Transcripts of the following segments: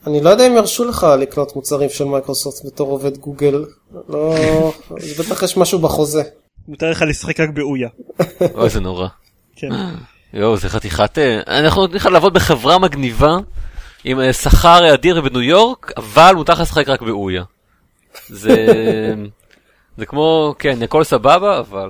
אני לא יודע אם ירשו לך לקנות מוצרים של מייקרוסופט בתור עובד גוגל. לא, בטח יש משהו בחוזה. מותר לך לשחק רק באויה. אוי, זה נורא. כן. יואו, זה חתיכת... אנחנו נותנים לך לעבוד בחברה מגניבה, עם שכר אדיר בניו יורק, אבל מותר לך לשחק רק באויה. זה כמו, כן, הכל סבבה, אבל...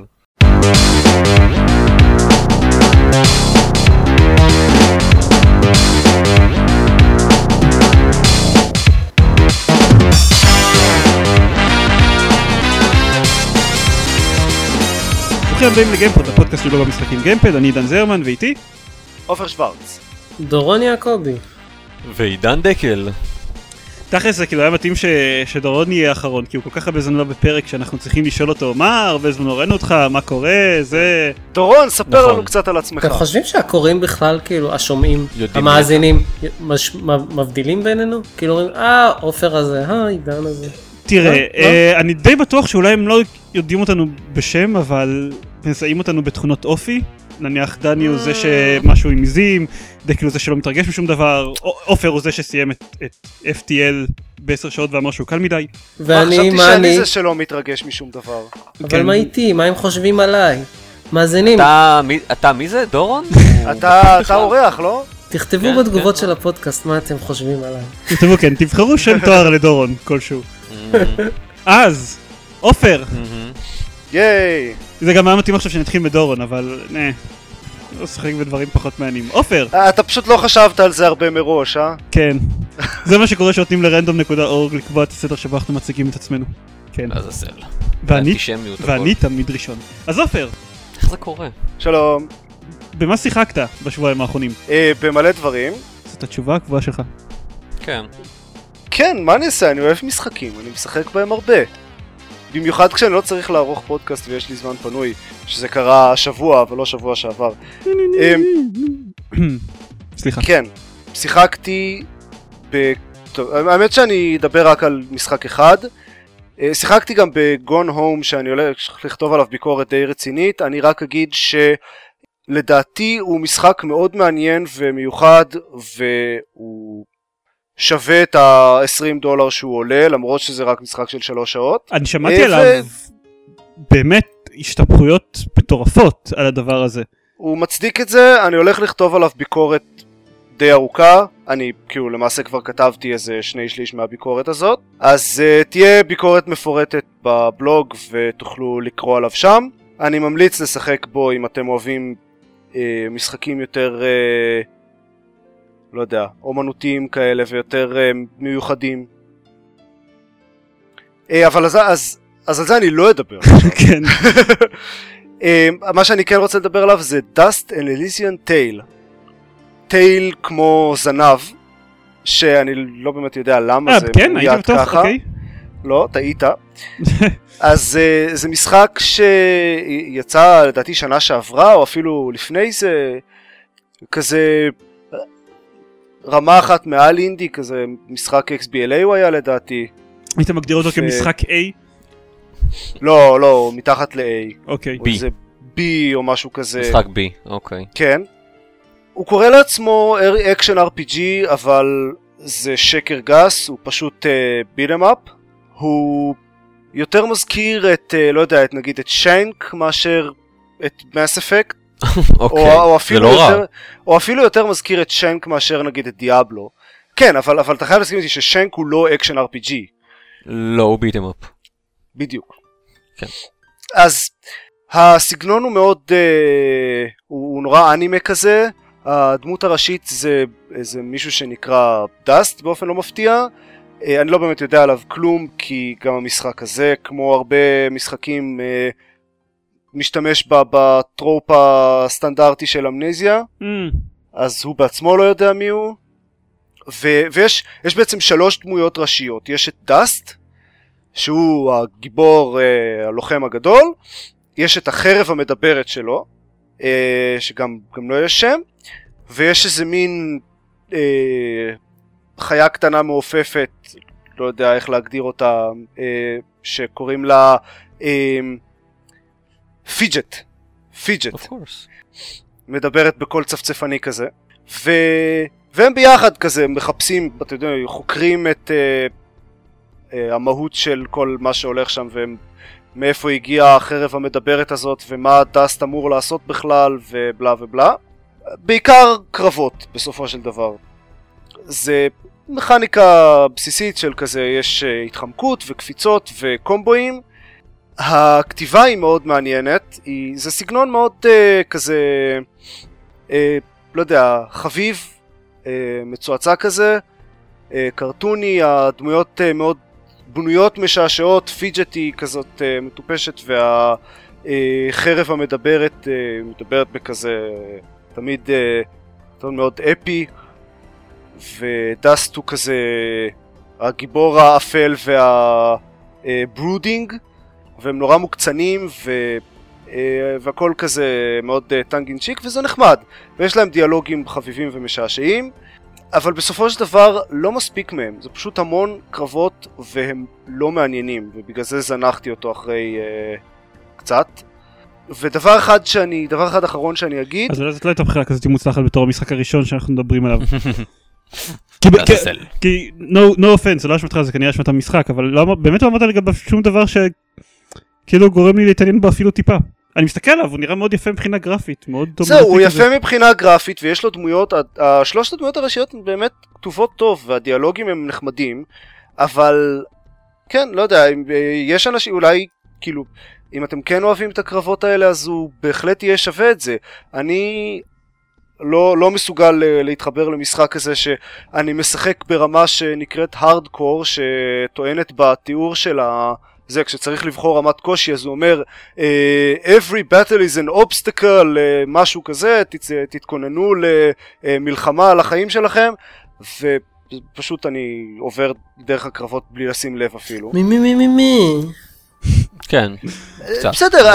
ברוכים הבאים לגיימפוד, הפודקאסט שלו במשחקים גיימפד, אני עידן זרמן ואיתי עופר שוורץ, דורון יעקבי ועידן דקל. תכלס זה כאילו היה מתאים שדורון יהיה האחרון, כי הוא כל כך הרבה זמן לא בפרק שאנחנו צריכים לשאול אותו מה, הרבה זמן לא ראינו אותך, מה קורה, זה... דורון, ספר לנו קצת על עצמך. אתם חושבים שהקוראים בכלל, כאילו, השומעים, המאזינים, מבדילים בינינו? כאילו אומרים, עופר הזה, עידן הזה. תראה, אני די בטוח שאולי הם לא יודעים אותנו בשם, אבל מזהים אותנו בתכונות אופי. נניח דני הוא זה שמשהו עם עיזים, דקל הוא זה שלא מתרגש משום דבר, עופר הוא זה שסיים את FTL ב10 שעות ואמר שהוא קל מדי. חשבתי שאני זה שלא מתרגש משום דבר. אבל מה איתי? מה הם חושבים עליי? מאזינים. אתה מי זה? דורון? אתה אורח, לא? תכתבו בתגובות של הפודקאסט מה אתם חושבים עליי. תכתבו, כן, תבחרו שם תואר לדורון כלשהו. אז, עופר. ייי. זה גם היה מתאים עכשיו שנתחיל בדורון, אבל לא שחק בדברים פחות מעניינים. עופר. אתה פשוט לא חשבת על זה הרבה מראש, כן. זה מה שקורה שנותנים לרנדום.org לקבוע את הסדר שבו אנחנו מציגים את עצמנו. כן. אז הסל. ואני תמיד ראשון. אז עופר. איך זה קורה? שלום. במה שיחקת בשבועיים האחרונים? במלא דברים. זאת התשובה הקבועה שלך. כן. כן, מה אני אעשה? אני אוהב משחקים, אני משחק בהם הרבה. במיוחד כשאני לא צריך לערוך פודקאסט ויש לי זמן פנוי, שזה קרה השבוע, אבל לא שבוע שעבר. סליחה. כן, שיחקתי האמת שאני אדבר רק על משחק אחד. שיחקתי גם בגון הום, שאני הולך לכתוב עליו ביקורת די רצינית. אני רק אגיד שלדעתי הוא משחק מאוד מעניין ומיוחד, והוא שווה את $20 שהוא עולה, למרות שזה רק משחק של 3 שעות. אני שמעתי עליו באמת השתפכויות מטורפות על הדבר הזה. הוא מצדיק את זה, אני הולך לכתוב עליו ביקורת די ארוכה, אני כאילו למעשה כבר כתבתי איזה 2/3 מהביקורת הזאת, אז תהיה ביקורת מפורטת בבלוג ותוכלו לקרוא עליו שם. אני ממליץ לשחק בו אם אתם אוהבים משחקים יותר... לא יודע, אומנותיים כאלה ויותר מיוחדים. אבל אז על זה אני לא אדבר. כן. מה שאני כן רוצה לדבר עליו זה Dust and Elysian Tale. טייל כמו זנב, שאני לא באמת יודע למה זה מיד ככה. לא, טעית. אז זה משחק שיצא לדעתי שנה שעברה, או אפילו לפני זה, כזה... רמה אחת מעל אינדי, כזה משחק XBLA הוא היה לדעתי. היית מגדיר אותו כמשחק A? לא, מתחת ל-A. אוקיי. או איזה B או משהו כזה. משחק B, אוקיי. כן. הוא קורא לעצמו אקשן RPG, אבל זה שקר גס, הוא פשוט beat'em up. הוא יותר מזכיר את, לא יודע, נגיד את שיינק מאשר את Mass Effect. או אפילו יותר מזכיר את שיינק מאשר נגיד את דיאבלו. כן, אבל אתה חייב להסכים איתי ששיינק הוא לא אקשן RPG. לא, הוא ביט אם אפ. בדיוק. כן. אז הסגנון הוא מאוד, הוא נורא אנימה כזה. הדמות הראשית זה מישהו שנקרא דאסט באופן לא מפתיע. אני לא באמת יודע עליו כלום, כי גם המשחק הזה, כמו הרבה משחקים, משתמש בטרופ הסטנדרטי של אמנזיה, אז הוא בעצמו לא יודע מי הוא, ויש בעצם 3 דמויות ראשיות. יש את דאסט, שהוא הגיבור, הלוחם הגדול, יש את החרב המדברת שלו, שגם לא יש שם, ויש איזה מין חיה קטנה מעופפת, לא יודע איך להגדיר אותה, שקוראים לה פיג'ט, מדברת בקול צפצפני כזה, והם ביחד כזה מחפשים, אתה יודע, חוקרים את המהות של כל מה שהולך שם, ומאיפה הגיעה החרב המדברת הזאת, ומה דאסט אמור לעשות בכלל, ובלה ובלה. בעיקר קרבות, בסופו של דבר. זה מכניקה בסיסית של כזה, יש התחמקות וקפיצות וקומבואים. הכתיבה היא מאוד מעניינת, זה סגנון מאוד כזה, לא יודע, חביב, מצועצע כזה, קרטוני, הדמויות מאוד בנויות משעשעות, פיג'טי כזאת מטופשת, והחרב המדברת מדברת בכזה תמיד מאוד אפי, ודאסט הוא כזה הגיבור האפל והברודינג, והם נורא מוקצנים והכל כזה מאוד טנגינצ'יק, וזה נחמד, ויש להם דיאלוגים חביבים ומשעשעים, אבל בסופו של דבר לא מספיק מהם, זה פשוט המון קרבות והם לא מעניינים, ובגלל זה זנחתי אותו אחרי קצת. ודבר אחד אחרון שאני אגיד, אז אולי זאת לא הייתה בחירה כזאת מוצלחת בתור המשחק הראשון שאנחנו מדברים עליו. כי no offense, זה לא אשמתך, זה כנראה אשמת המשחק, אבל באמת לא אמרת לגבי שום דבר שכאילו גורם לי להתעניין בו אפילו טיפה. אני מסתכל עליו, הוא נראה מאוד יפה מבחינה גרפית, מאוד דומיננטי כזה. זהו, הוא יפה מבחינה גרפית, ויש לו דמויות, שלושת הדמויות הראשיות הן באמת כתובות טוב, והדיאלוגים הם נחמדים, אבל כן, לא יודע, יש אנשים, אולי, כאילו, אם אתם כן אוהבים את הקרבות האלה, אז הוא בהחלט יהיה שווה את זה. אני לא מסוגל להתחבר למשחק הזה שאני משחק ברמה שנקראת הארדקור, שטוענת בתיאור של זה, כשצריך לבחור רמת קושי, אז הוא אומר every battle is an obstacle, משהו כזה, תתכוננו למלחמה על החיים שלכם, ופשוט אני עובר דרך הקרבות בלי לשים לב אפילו. מי. כן. בסדר,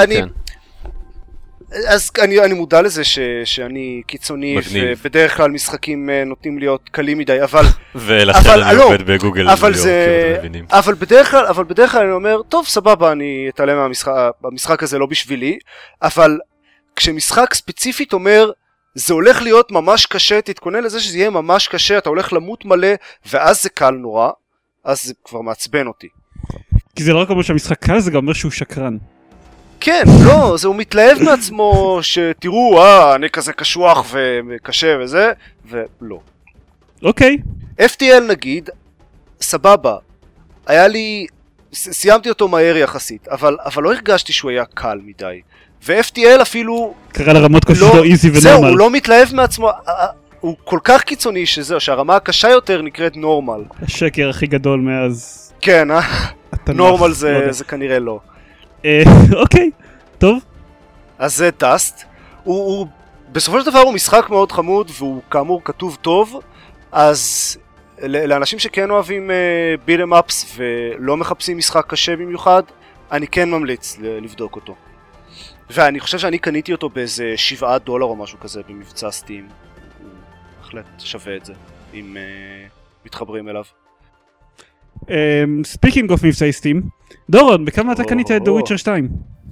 אז אני מודע לזה שאני קיצוני, ובדרך כלל משחקים נותנים להיות קלים מדי, אבל ולכן אני עובד בגוגל, אבל בדרך כלל אני אומר, טוב, סבבה, אני אתעלם מהמשחק הזה לא בשבילי, אבל כשמשחק ספציפית אומר, זה הולך להיות ממש קשה, תתכונן לזה שזה יהיה ממש קשה, אתה הולך למות מלא, ואז זה קל נורא, אז זה כבר מעצבן אותי. כי זה לא רק אומר שהמשחק קל, זה גם אומר שהוא שקרן. כן, לא, זה הוא מתלהב מעצמו שתראו, אני כזה קשוח וקשה וזה, ולא. אוקיי. FTL נגיד, סבבה, היה לי, סיימתי אותו מהר יחסית, אבל לא הרגשתי שהוא היה קל מדי. ו-FTL אפילו קרא לרמות קושי לא איזי ונורמל. זהו, הוא לא מתלהב מעצמו, הוא כל כך קיצוני שזהו, שהרמה הקשה יותר נקראת נורמל. השקר הכי גדול מאז. כן, נורמל זה כנראה לא. אוקיי, טוב. אז זה דאסט. הוא בסופו של דבר הוא משחק מאוד חמוד, והוא כאמור כתוב טוב, אז לאנשים שכן אוהבים ביט'ם אפס ולא מחפשים משחק קשה במיוחד, אני כן ממליץ לבדוק אותו. ואני חושב שאני קניתי אותו באיזה $7 או משהו כזה במבצע סטים. הוא בהחלט שווה את זה, אם מתחברים אליו. ספיקינג אוף מבצעי סטים, דורון, בכמה אתה קנית את The Witcher 2?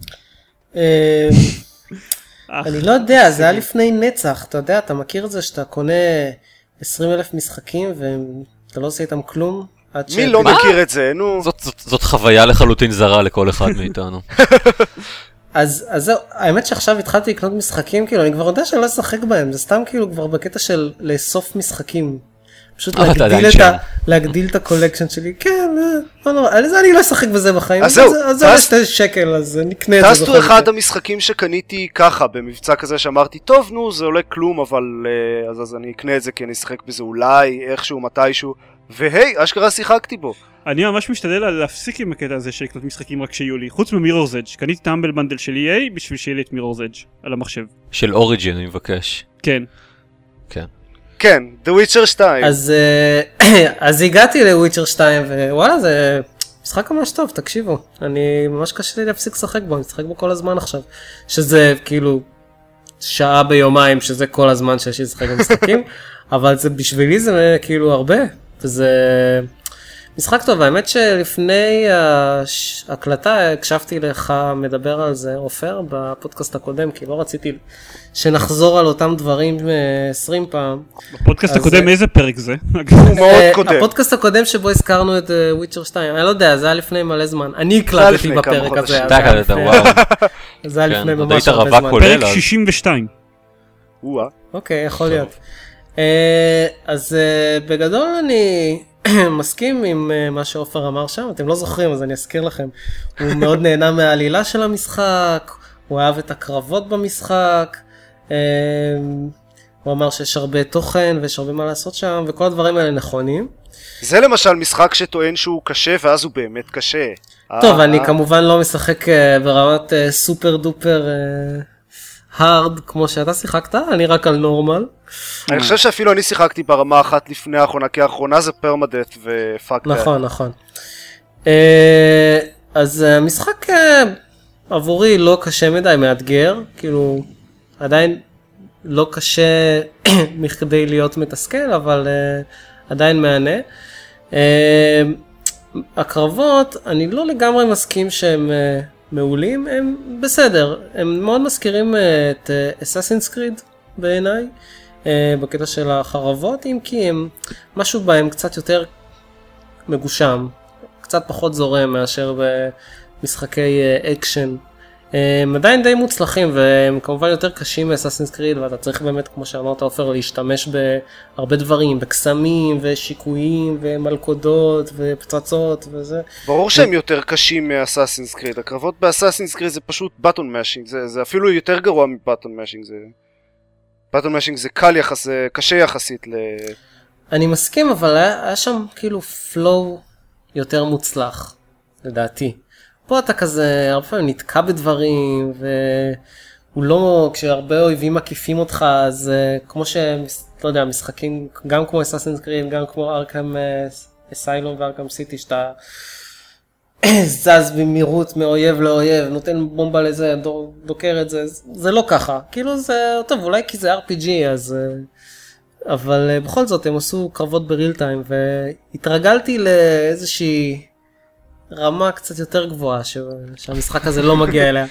אני לא יודע, זה היה לפני נצח, אתה יודע, אתה מכיר את זה שאתה קונה 20,000 משחקים ואתה לא עושה איתם כלום? מי לא מכיר את זה, נו? זאת חוויה לחלוטין זרה לכל אחד מאיתנו. אז זהו, האמת שעכשיו התחלתי לקנות משחקים, כאילו, אני כבר יודע שאני לא אשחק בהם, זה סתם כאילו כבר בקטע של לאסוף משחקים. פשוט להגדיל את הקולקשן שלי, כן, על זה אני לא אשחק בזה בחיים, אז זה עולה $2, אז נקנה את זה. דאסט הוא אחד המשחקים שקניתי ככה, במבצע כזה שאמרתי, טוב נו, זה עולה כלום, אבל אז אני אקנה את זה כי אני אשחק בזה אולי, איכשהו, מתישהו, והי, אשכרה שיחקתי בו. אני ממש משתדל להפסיק עם הקטע הזה של לקנות משחקים רק שיהיו לי, חוץ ממירור's אדג', קניתי את האמבל בנדל של EA בשביל שיהיה לי את מירור's אדג' על המחשב. של אוריג'ין, אני מבקש. כן. כן. כן, The Witcher 2. אז הגעתי ל-Witcher 2, ווואלה, זה משחק ממש טוב, תקשיבו. אני ממש קשה לי להפסיק לשחק בו, אני משחק בו כל הזמן עכשיו. שזה כאילו שעה ביומיים, שזה כל הזמן שיש לי לשחק במשחקים, אבל בשבילי זה כאילו הרבה, וזה משחק טוב, האמת שלפני ההקלטה הקשבתי לך מדבר על זה, עופר, בפודקאסט הקודם, כי לא רציתי שנחזור על אותם דברים 20 פעם. בפודקאסט הקודם איזה פרק זה? הוא מאוד קודם. הפודקאסט הקודם שבו הזכרנו את וויצ'ר 2, אני לא יודע, זה היה לפני מלא זמן. אני הקלטתי בפרק הזה. זה היה לפני ממש הרבה זמן. פרק 62. אוקיי, יכול להיות. אז בגדול אני מסכים עם מה שעופר אמר שם, אתם לא זוכרים אז אני אזכיר לכם. הוא מאוד נהנה מהעלילה של המשחק, הוא אהב את הקרבות במשחק, הוא אמר שיש הרבה תוכן ויש הרבה מה לעשות שם, וכל הדברים האלה נכונים. זה למשל משחק שטוען שהוא קשה ואז הוא באמת קשה. טוב, אני כמובן לא משחק ברמת סופר דופר הארד כמו שאתה שיחקת, אני רק על נורמל. אני חושב שאפילו אני שיחקתי ברמה אחת לפני האחרונה, כי האחרונה זה פרמדט ופאק. נכון, נכון. אז המשחק עבורי לא קשה מדי, מאתגר, כאילו עדיין לא קשה מכדי להיות מתסכל, אבל עדיין מענה. הקרבות, אני לא לגמרי מסכים שהם מעולים, הם בסדר, הם מאוד מזכירים את Assassin's Creed בעיניי, בקטע של החרבות, אם כי הם, משהו בהם קצת יותר מגושם, קצת פחות זורם מאשר במשחקי אקשן. הם עדיין די מוצלחים והם כמובן יותר קשים מ-Assassin's Creed, ואתה צריך באמת, כמו שאמרת עופר, להשתמש בהרבה דברים, בקסמים ושיקויים ומלכודות ופצצות וזה. ברור שהם יותר קשים מ-Assassin's Creed, הקרבות ב-Assassin's Creed זה פשוט בטון מאשינג, זה אפילו יותר גרוע מבטון מאשינג, בטון מאשינג זה קשה יחסית אני מסכים, אבל היה שם כאילו פלואו יותר מוצלח, לדעתי. פה אתה כזה, הרבה פעמים נתקע בדברים, והוא לא, כשהרבה אויבים מקיפים אותך, אז כמו לא יודע, משחקים, גם כמו Assassin's Creed, גם כמו ארכם אסיילום וארכם סיטי, שאתה זז במהירות מאויב לאויב, נותן בומבה לזה, דוקר את זה, זה לא ככה. כאילו זה, טוב, אולי כי זה RPG, אז אבל בכל זאת הם עשו קרבות בריל טיים, והתרגלתי לאיזושהי רמה קצת יותר גבוהה שהמשחק הזה לא מגיע אליה.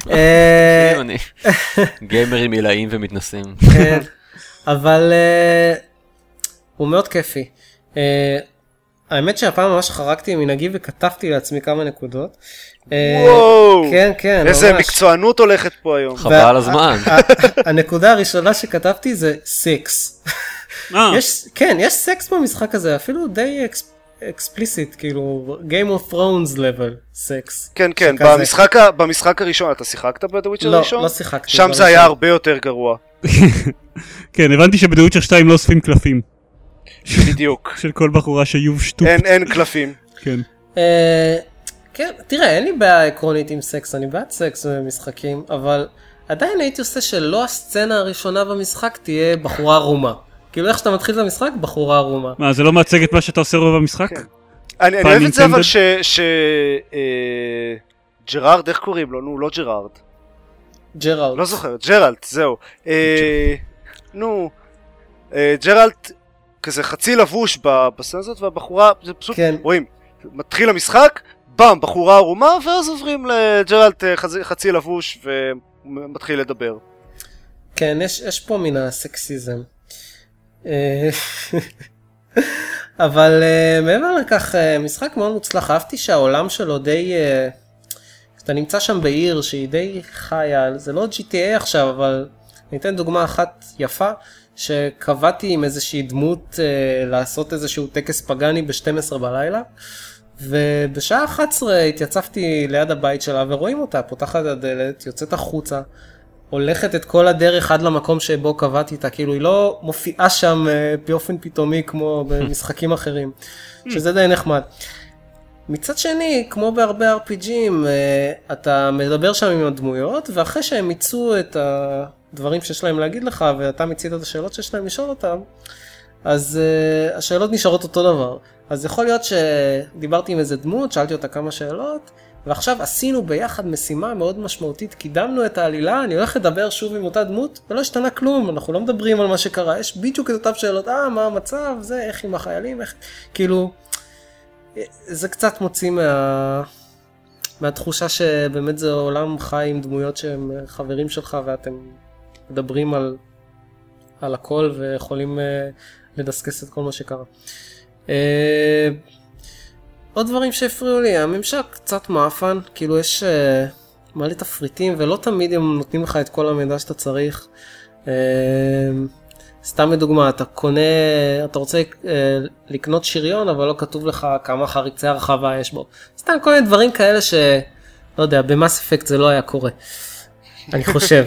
גיימרים עילאים ומתנסים. כן, אבל הוא מאוד כיפי. האמת שהפעם ממש חרקתי מנהגי וכתבתי לעצמי כמה נקודות. וואו, כן, כן, איזה מקצוענות הולכת פה היום. חבל על הזמן. הנקודה הראשונה שכתבתי זה סקס. כן, יש סקס במשחק הזה, אפילו די אקספליסיט, כאילו Game of Thrones level סקס. כן, כן, במשחק הראשון, אתה שיחקת ב-The Witcher הראשון? לא, לא שיחקתי. שם זה היה הרבה יותר גרוע. כן, הבנתי שב-The Witcher 2 לא אוספים קלפים. בדיוק. של כל בחורה שיוב שטוף. אין קלפים. כן. כן, תראה, אין לי בעיה עקרונית עם סקס, אני בעד סקס במשחקים, אבל עדיין הייתי עושה שלא הסצנה הראשונה במשחק תהיה בחורה ערומה. כאילו איך שאתה מתחיל את המשחק, בחורה ערומה. מה, זה לא מייצג את מה שאתה עושה רוב במשחק? אני אוהב את זה אבל ג'רארד, איך קוראים לו? נו, לא ג'רארד. ג'רארד. לא זוכר, ג'רלד, זהו. נו, ג'רלד כזה חצי לבוש בסצנה הזאת, והבחורה, זה פשוט, רואים, מתחיל המשחק, בם, בחורה ערומה, ואז עוברים לג'רלד חצי לבוש ומתחיל לדבר. כן, יש פה מן הסקסיזם. אבל מעבר לכך, משחק מאוד מוצלח, אהבתי שהעולם שלו די, אתה נמצא שם בעיר שהיא די חיה, זה לא GTA עכשיו, אבל אני אתן דוגמה אחת יפה, שקבעתי עם איזושהי דמות לעשות איזשהו טקס פגני ב-12 בלילה, ובשעה 11 התייצבתי ליד הבית שלה ורואים אותה, פותחת הדלת, יוצאת החוצה, הולכת את כל הדרך עד למקום שבו קבעתי איתה, כאילו היא לא מופיעה שם באופן פתאומי כמו במשחקים אחרים, שזה די נחמד. מצד שני, כמו בהרבה RPG'ים, אתה מדבר שם עם הדמויות, ואחרי שהם מיצו את הדברים שיש להם להגיד לך, ואתה מיצית את השאלות שיש להם לשאול אותם, אז השאלות נשארות אותו דבר. אז יכול להיות שדיברתי עם איזה דמות, שאלתי אותה כמה שאלות, ועכשיו עשינו ביחד משימה מאוד משמעותית, קידמנו את העלילה, אני הולך לדבר שוב עם אותה דמות, ולא השתנה כלום, אנחנו לא מדברים על מה שקרה, יש בדיוק את אותם שאלות, מה המצב, זה, איך עם החיילים, איך, כאילו, זה קצת מוציא מהתחושה שבאמת זה עולם חי עם דמויות שהם חברים שלך ואתם מדברים על הכל ויכולים לדסקס את כל מה שקרה. עוד דברים שהפריעו לי, הממשק קצת מאפן, כאילו יש מלא תפריטים ולא תמיד הם נותנים לך את כל המידע שאתה צריך. סתם לדוגמה, אתה רוצה לקנות שריון, אבל לא כתוב לך כמה חריצי הרחבה יש בו. סתם כל מיני דברים כאלה לא יודע, במאס אפקט זה לא היה קורה. אני חושב.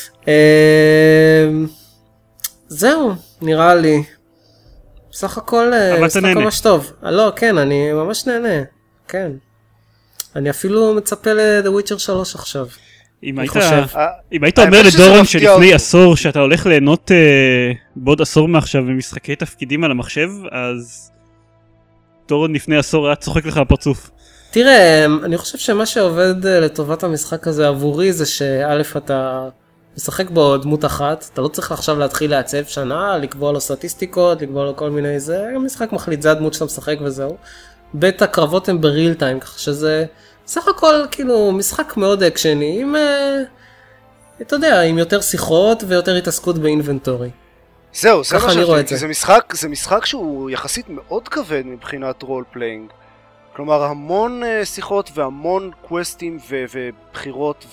זהו, נראה לי. בסך הכל, משחק ממש טוב. לא, כן, אני ממש נהנה. כן. אני אפילו מצפה ל-The Witcher 3 עכשיו. אם היית אומר לדורון שלפני עשור שאתה הולך ליהנות בעוד עשור מעכשיו במשחקי תפקידים על המחשב, אז דורון לפני עשור היה צוחק לך בפרצוף. תראה, אני חושב שמה שעובד לטובת המשחק הזה עבורי זה שא' אתה משחק בו דמות אחת, אתה לא צריך עכשיו להתחיל לעצב שנה, לקבוע לו סטטיסטיקות, לקבוע לו כל מיני זה, המשחק מחליט, זה הדמות שאתה משחק וזהו. ב' הקרבות הם בריל טיים, כך שזה סך הכל כאילו משחק מאוד אקשני, עם, אתה יודע, עם יותר שיחות ויותר התעסקות באינבנטורי. זהו, זה מה שאני זה משחק שהוא יחסית מאוד כבד מבחינת רול פליינג. כלומר, המון שיחות והמון קווסטים ובחירות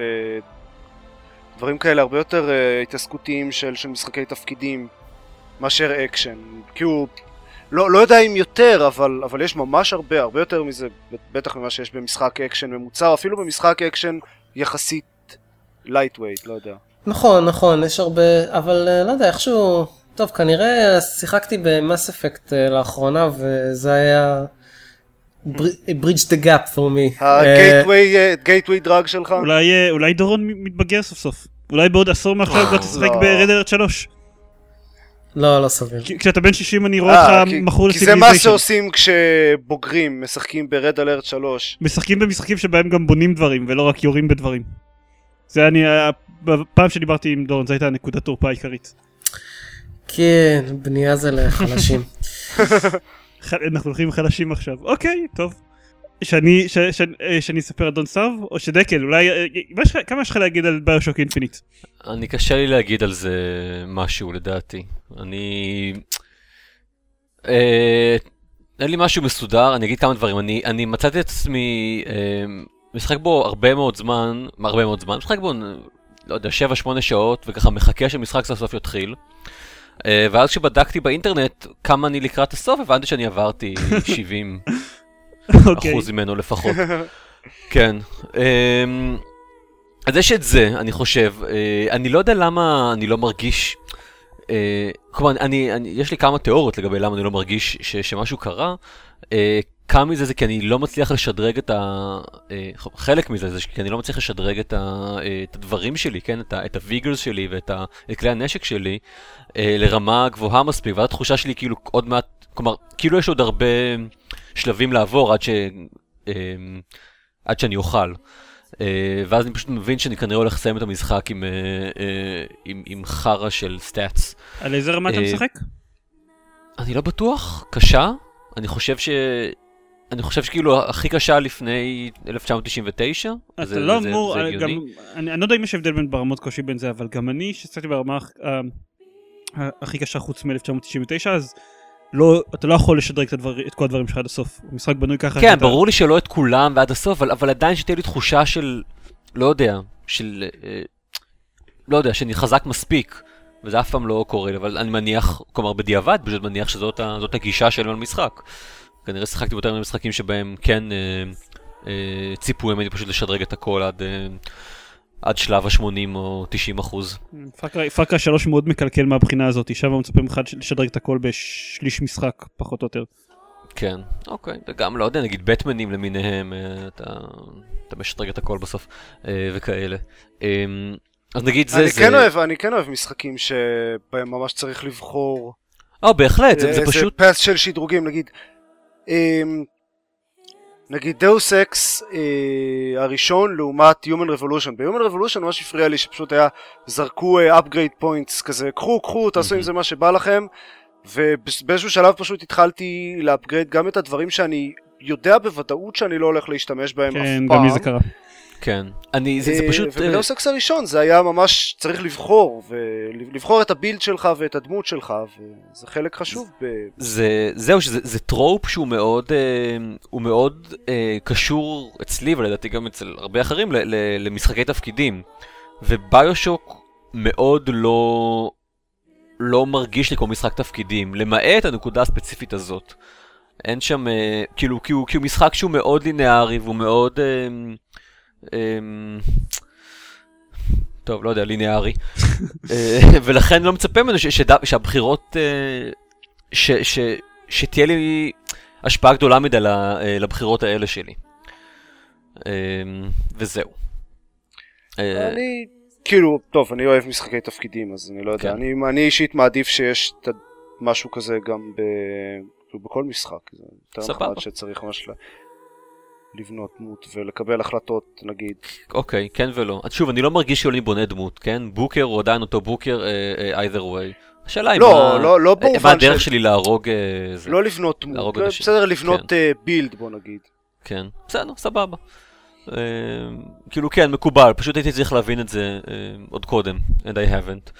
דברים כאלה הרבה יותר התעסקותיים של משחקי תפקידים מאשר אקשן. כאילו, לא יודע אם יותר, אבל יש ממש הרבה יותר מזה, בטח ממה שיש במשחק אקשן ממוצע, אפילו במשחק אקשן יחסית lightweight, לא יודע. נכון, יש הרבה, אבל לא יודע, איכשהו, טוב, כנראה שיחקתי במאס אפקט לאחרונה, וזה היה bridge the gap for me. ה-gateway drug שלך? אולי דורון מתבגר סוף סוף. אולי בעוד עשור מאחר אתה תשחק ב-Red Alert 3. לא סביר. כשאתה בן 60 אני רואה אותך מכור לסיביליזיישן. כי זה מה שעושים כשבוגרים משחקים ב-Red Alert 3. משחקים במשחקים שבהם גם בונים דברים ולא רק יורים בדברים. זה בפעם שדיברתי עם דורון, זו הייתה נקודת תורפה העיקרית. כן, בנייה זה לחלשים. אנחנו הולכים חלשים עכשיו. אוקיי, טוב. שאני אספר אדון סב, או שדקל, אולי, כמה יש לך להגיד על ביושוק אינפיניט? אני קשה לי להגיד על זה משהו לדעתי. אין לי משהו מסודר, אני אגיד כמה דברים. אני מצאתי את עצמי, משחק בו הרבה מאוד זמן, משחק בו, לא יודע, 7-8 שעות, וככה מחכה שמשחק סוף סוף יתחיל. ואז כשבדקתי באינטרנט כמה אני לקראת הסוף, הבנתי שאני עברתי 70% ממנו לפחות. כן. אז יש את זה, אני חושב. אני לא יודע למה אני לא מרגיש... כלומר, יש לי כמה תיאוריות לגבי למה אני לא מרגיש שמשהו קרה. כמה מזה זה כי אני לא מצליח לשדרג חלק מזה זה כי אני לא מצליח לשדרג את הדברים שלי, כן? את הוויגלס שלי ואת כלי הנשק שלי לרמה גבוהה מספיק, ואז התחושה שלי כאילו עוד מעט, כלומר, כאילו יש עוד הרבה שלבים לעבור עד שאני אוכל. ואז אני פשוט מבין שאני כנראה הולך לסיים את המשחק עם חרה של סטאטס. על איזה רמה אתה משחק? אני לא בטוח, קשה. אני חושב שכאילו הכי קשה לפני 1999. אתה לא אמור, אני לא יודע אם יש הבדל בין ברמות קושי בין זה, אבל גם אני שצאתי ברמה הכי קשה חוץ מ-1999, אז אתה לא יכול לשדרג את כל הדברים שלך עד הסוף. המשחק בנוי ככה. כן, ברור לי שלא את כולם ועד הסוף, אבל עדיין שתהיה לי תחושה של, לא יודע, שאני חזק מספיק, וזה אף פעם לא קורה, אבל אני מניח, כלומר בדיעבד, פשוט מניח שזאת הגישה שלנו למשחק. כנראה שיחקתי ביותר מיני משחקים שבהם כן ציפו ממני פשוט לשדרג את הכל עד שלב ה-80 או 90%. פארקריי 3 מאוד מקלקל מהבחינה הזאת, שם הוא מצפה ממך לשדרג את הכל בשליש משחק, פחות או יותר. כן, אוקיי, וגם לא יודע, נגיד בטמנים למיניהם, אתה משדרג את הכל בסוף, וכאלה. אז נגיד זה... אני כן אוהב משחקים שבהם ממש צריך לבחור... בהחלט, זה פשוט... איזה פס של שדרוגים, נגיד דאוס אקס הראשון לעומת Human Revolution. ב-Human Revolution ממש הפריע לי שפשוט היה, זרקו upgrade points כזה, קחו, תעשו עם זה מה שבא לכם, ובאיזשהו שלב פשוט התחלתי לאפגרייד גם את הדברים שאני יודע בוודאות שאני לא הולך להשתמש בהם אף פעם. כן, גם לי זה קרה. כן, זה פשוט... ובדאוס אקס הראשון זה היה ממש צריך לבחור את הבילד שלך ואת הדמות שלך, וזה חלק חשוב. זהו, זה טרופ שהוא מאוד קשור אצלי, ולדעתי גם אצל הרבה אחרים, למשחקי תפקידים. וביושוק מאוד לא מרגיש לי כמו משחק תפקידים, למעט הנקודה הספציפית הזאת. אין שם, כאילו, כי הוא משחק שהוא מאוד לינארי, והוא מאוד... טוב, לא יודע, לינארי. ולכן לא מצפה ממנו שהבחירות, שתהיה לי השפעה גדולה מדי לבחירות האלה שלי. וזהו. אני, כאילו, טוב, אני אוהב משחקי תפקידים, אז אני לא יודע. אני אישית מעדיף שיש משהו כזה גם בכל משחק. יותר נחמד שצריך ממש לבנות דמות ולקבל החלטות, נגיד. אוקיי, כן ולא. שוב, אני לא מרגיש שאני בונה דמות, כן? בוקר הוא עדיין אותו בוקר, either way. השאלה היא מה הדרך שלי להרוג... לא לבנות דמות, בסדר לבנות בילד, בוא נגיד. כן, בסדר, סבבה. כאילו כן, מקובל, פשוט הייתי צריך להבין את זה עוד קודם, and I haven't.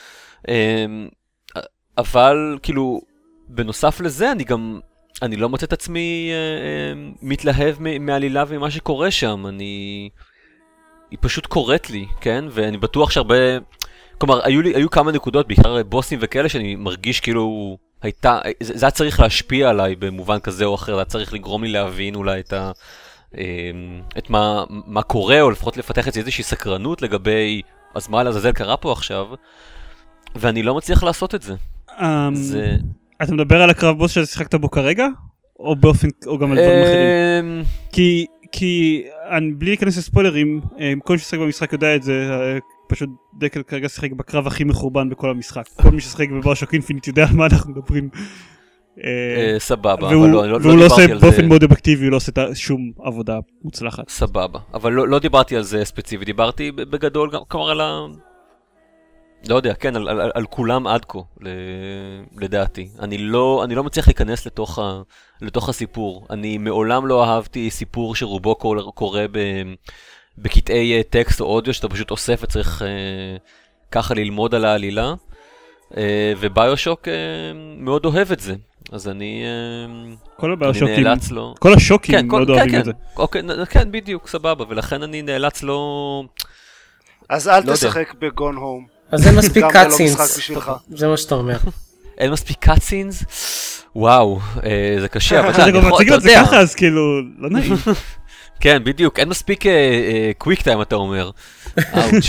אבל כאילו, בנוסף לזה אני לא מוצא את עצמי מתלהב מעלילה ומה שקורה שם, היא פשוט קוראת לי, כן? ואני בטוח שהרבה, כלומר, היו כמה נקודות, בעיקר בוסים וכאלה, שאני מרגיש כאילו, זה היה צריך להשפיע עליי במובן כזה או אחר, זה היה צריך לגרום לי להבין אולי את מה קורה, או לפחות לפתח את זה איזושהי סקרנות לגבי, אז מה לעזאזל קרה פה עכשיו, ואני לא מצליח לעשות את זה. אתה מדבר על הקרב בוס ששיחקת בו כרגע? או באופן, או גם על דברים אחרים? כי בלי להיכנס לספוילרים, כל מי ששחק במשחק יודע את זה, פשוט דקל כרגע שיחק בקרב הכי מחורבן בכל המשחק. כל מי ששיחק בביושוק אינפיניט יודע על מה אנחנו מדברים. סבבה, אבל והוא לא עושה באופן מאוד אובייקטיבי, הוא לא עושה שום עבודה מוצלחת. סבבה, אבל לא דיברתי על זה ספציפי, דיברתי בגדול גם כלומר על לא יודע, כן, על כולם עד כה, לדעתי. אני לא מצליח להיכנס לתוך הסיפור. אני מעולם לא אהבתי סיפור שרובו קורה בקטעי טקסט או אודיו, שאתה פשוט אוסף וצריך ככה ללמוד על העלילה. וביושוק מאוד אוהב את זה. אז אני נאלץ לו... כל השוקים מאוד אוהבים את זה. כן, בדיוק, סבבה. ולכן אני נאלץ לו... אז אל תשחק בגון הום. אז אין מספיק קאטסינס, זה מה שאתה אומר. אין מספיק קאטסינס? וואו, זה קשה, אבל אתה גם מציג את זה ככה, אז כאילו, לא נעים. כן, בדיוק, אין מספיק קוויק טיים, אתה אומר. אאוץ'.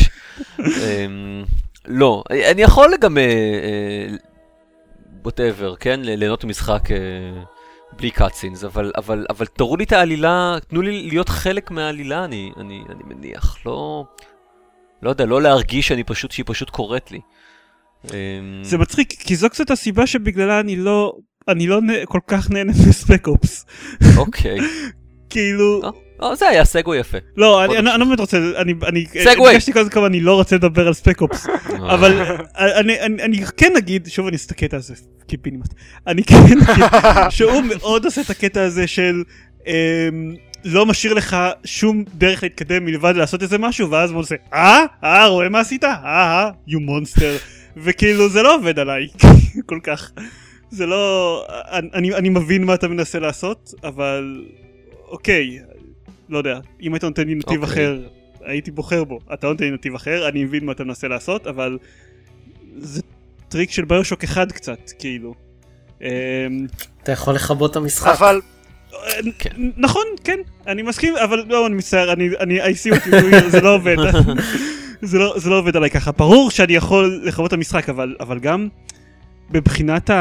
לא, אני יכול גם, whatever, כן, ליהנות משחק בלי קאטסינס, אבל תראו לי את העלילה, תנו לי להיות חלק מהעלילה, אני מניח, לא יודע, לא להרגיש שהיא פשוט קוראת לי. זה מצחיק, כי זו קצת הסיבה שבגללה אני לא כל כך נהנה מספק אופס. אוקיי. כאילו... זה היה סגו יפה. לא, אני לא באמת רוצה, אני הרגשתי כל הזמן, אני לא רוצה לדבר על ספק אופס. אבל אני כן אגיד, שוב אני אעשה את הקטע הזה, קיפינימט. אני כן אגיד שהוא מאוד עושה את הקטע הזה של... לא משאיר לך שום דרך להתקדם מלבד לעשות איזה משהו, ואז הוא עושה, רואה מה עשית? you monster. וכאילו זה לא עובד עליי כל כך. זה לא... אני מבין מה אתה מנסה לעשות, אבל אוקיי, לא יודע, אם היית נותן לי נתיב אחר, הייתי בוחר בו. אתה נותן לי נתיב אחר, אני מבין מה אתה מנסה לעשות, אבל זה טריק של ביושוק אחד קצת, כאילו. אתה יכול לחבות את המשחק. אבל... נכון, כן, אני מסכים, אבל לא, אני מצטער, I see what you do, זה לא עובד. זה לא עובד עליי ככה. ברור שאני יכול לחוות את המשחק, אבל גם בבחינת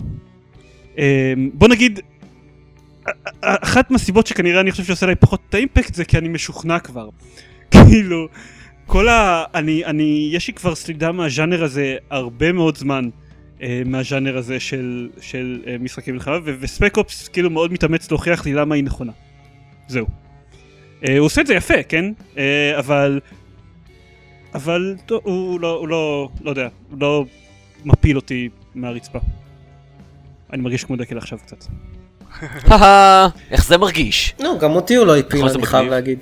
בוא נגיד, אחת מהסיבות שכנראה אני חושב שעושה לי פחות את האימפקט זה כי אני משוכנע כבר. כאילו, יש לי כבר סלידה מהז'אנר הזה הרבה מאוד זמן. מהז'אנר הזה של משחקי מלחמה, וספק אופס כאילו מאוד מתאמץ להוכיח לי למה היא נכונה. זהו. הוא עושה את זה יפה, כן? אבל הוא לא יודע, הוא לא מפיל אותי מהרצפה. אני מרגיש כמו דקל עכשיו קצת. איך זה מרגיש? לא, גם אותי הוא לא הפיל, אני חייב להגיד.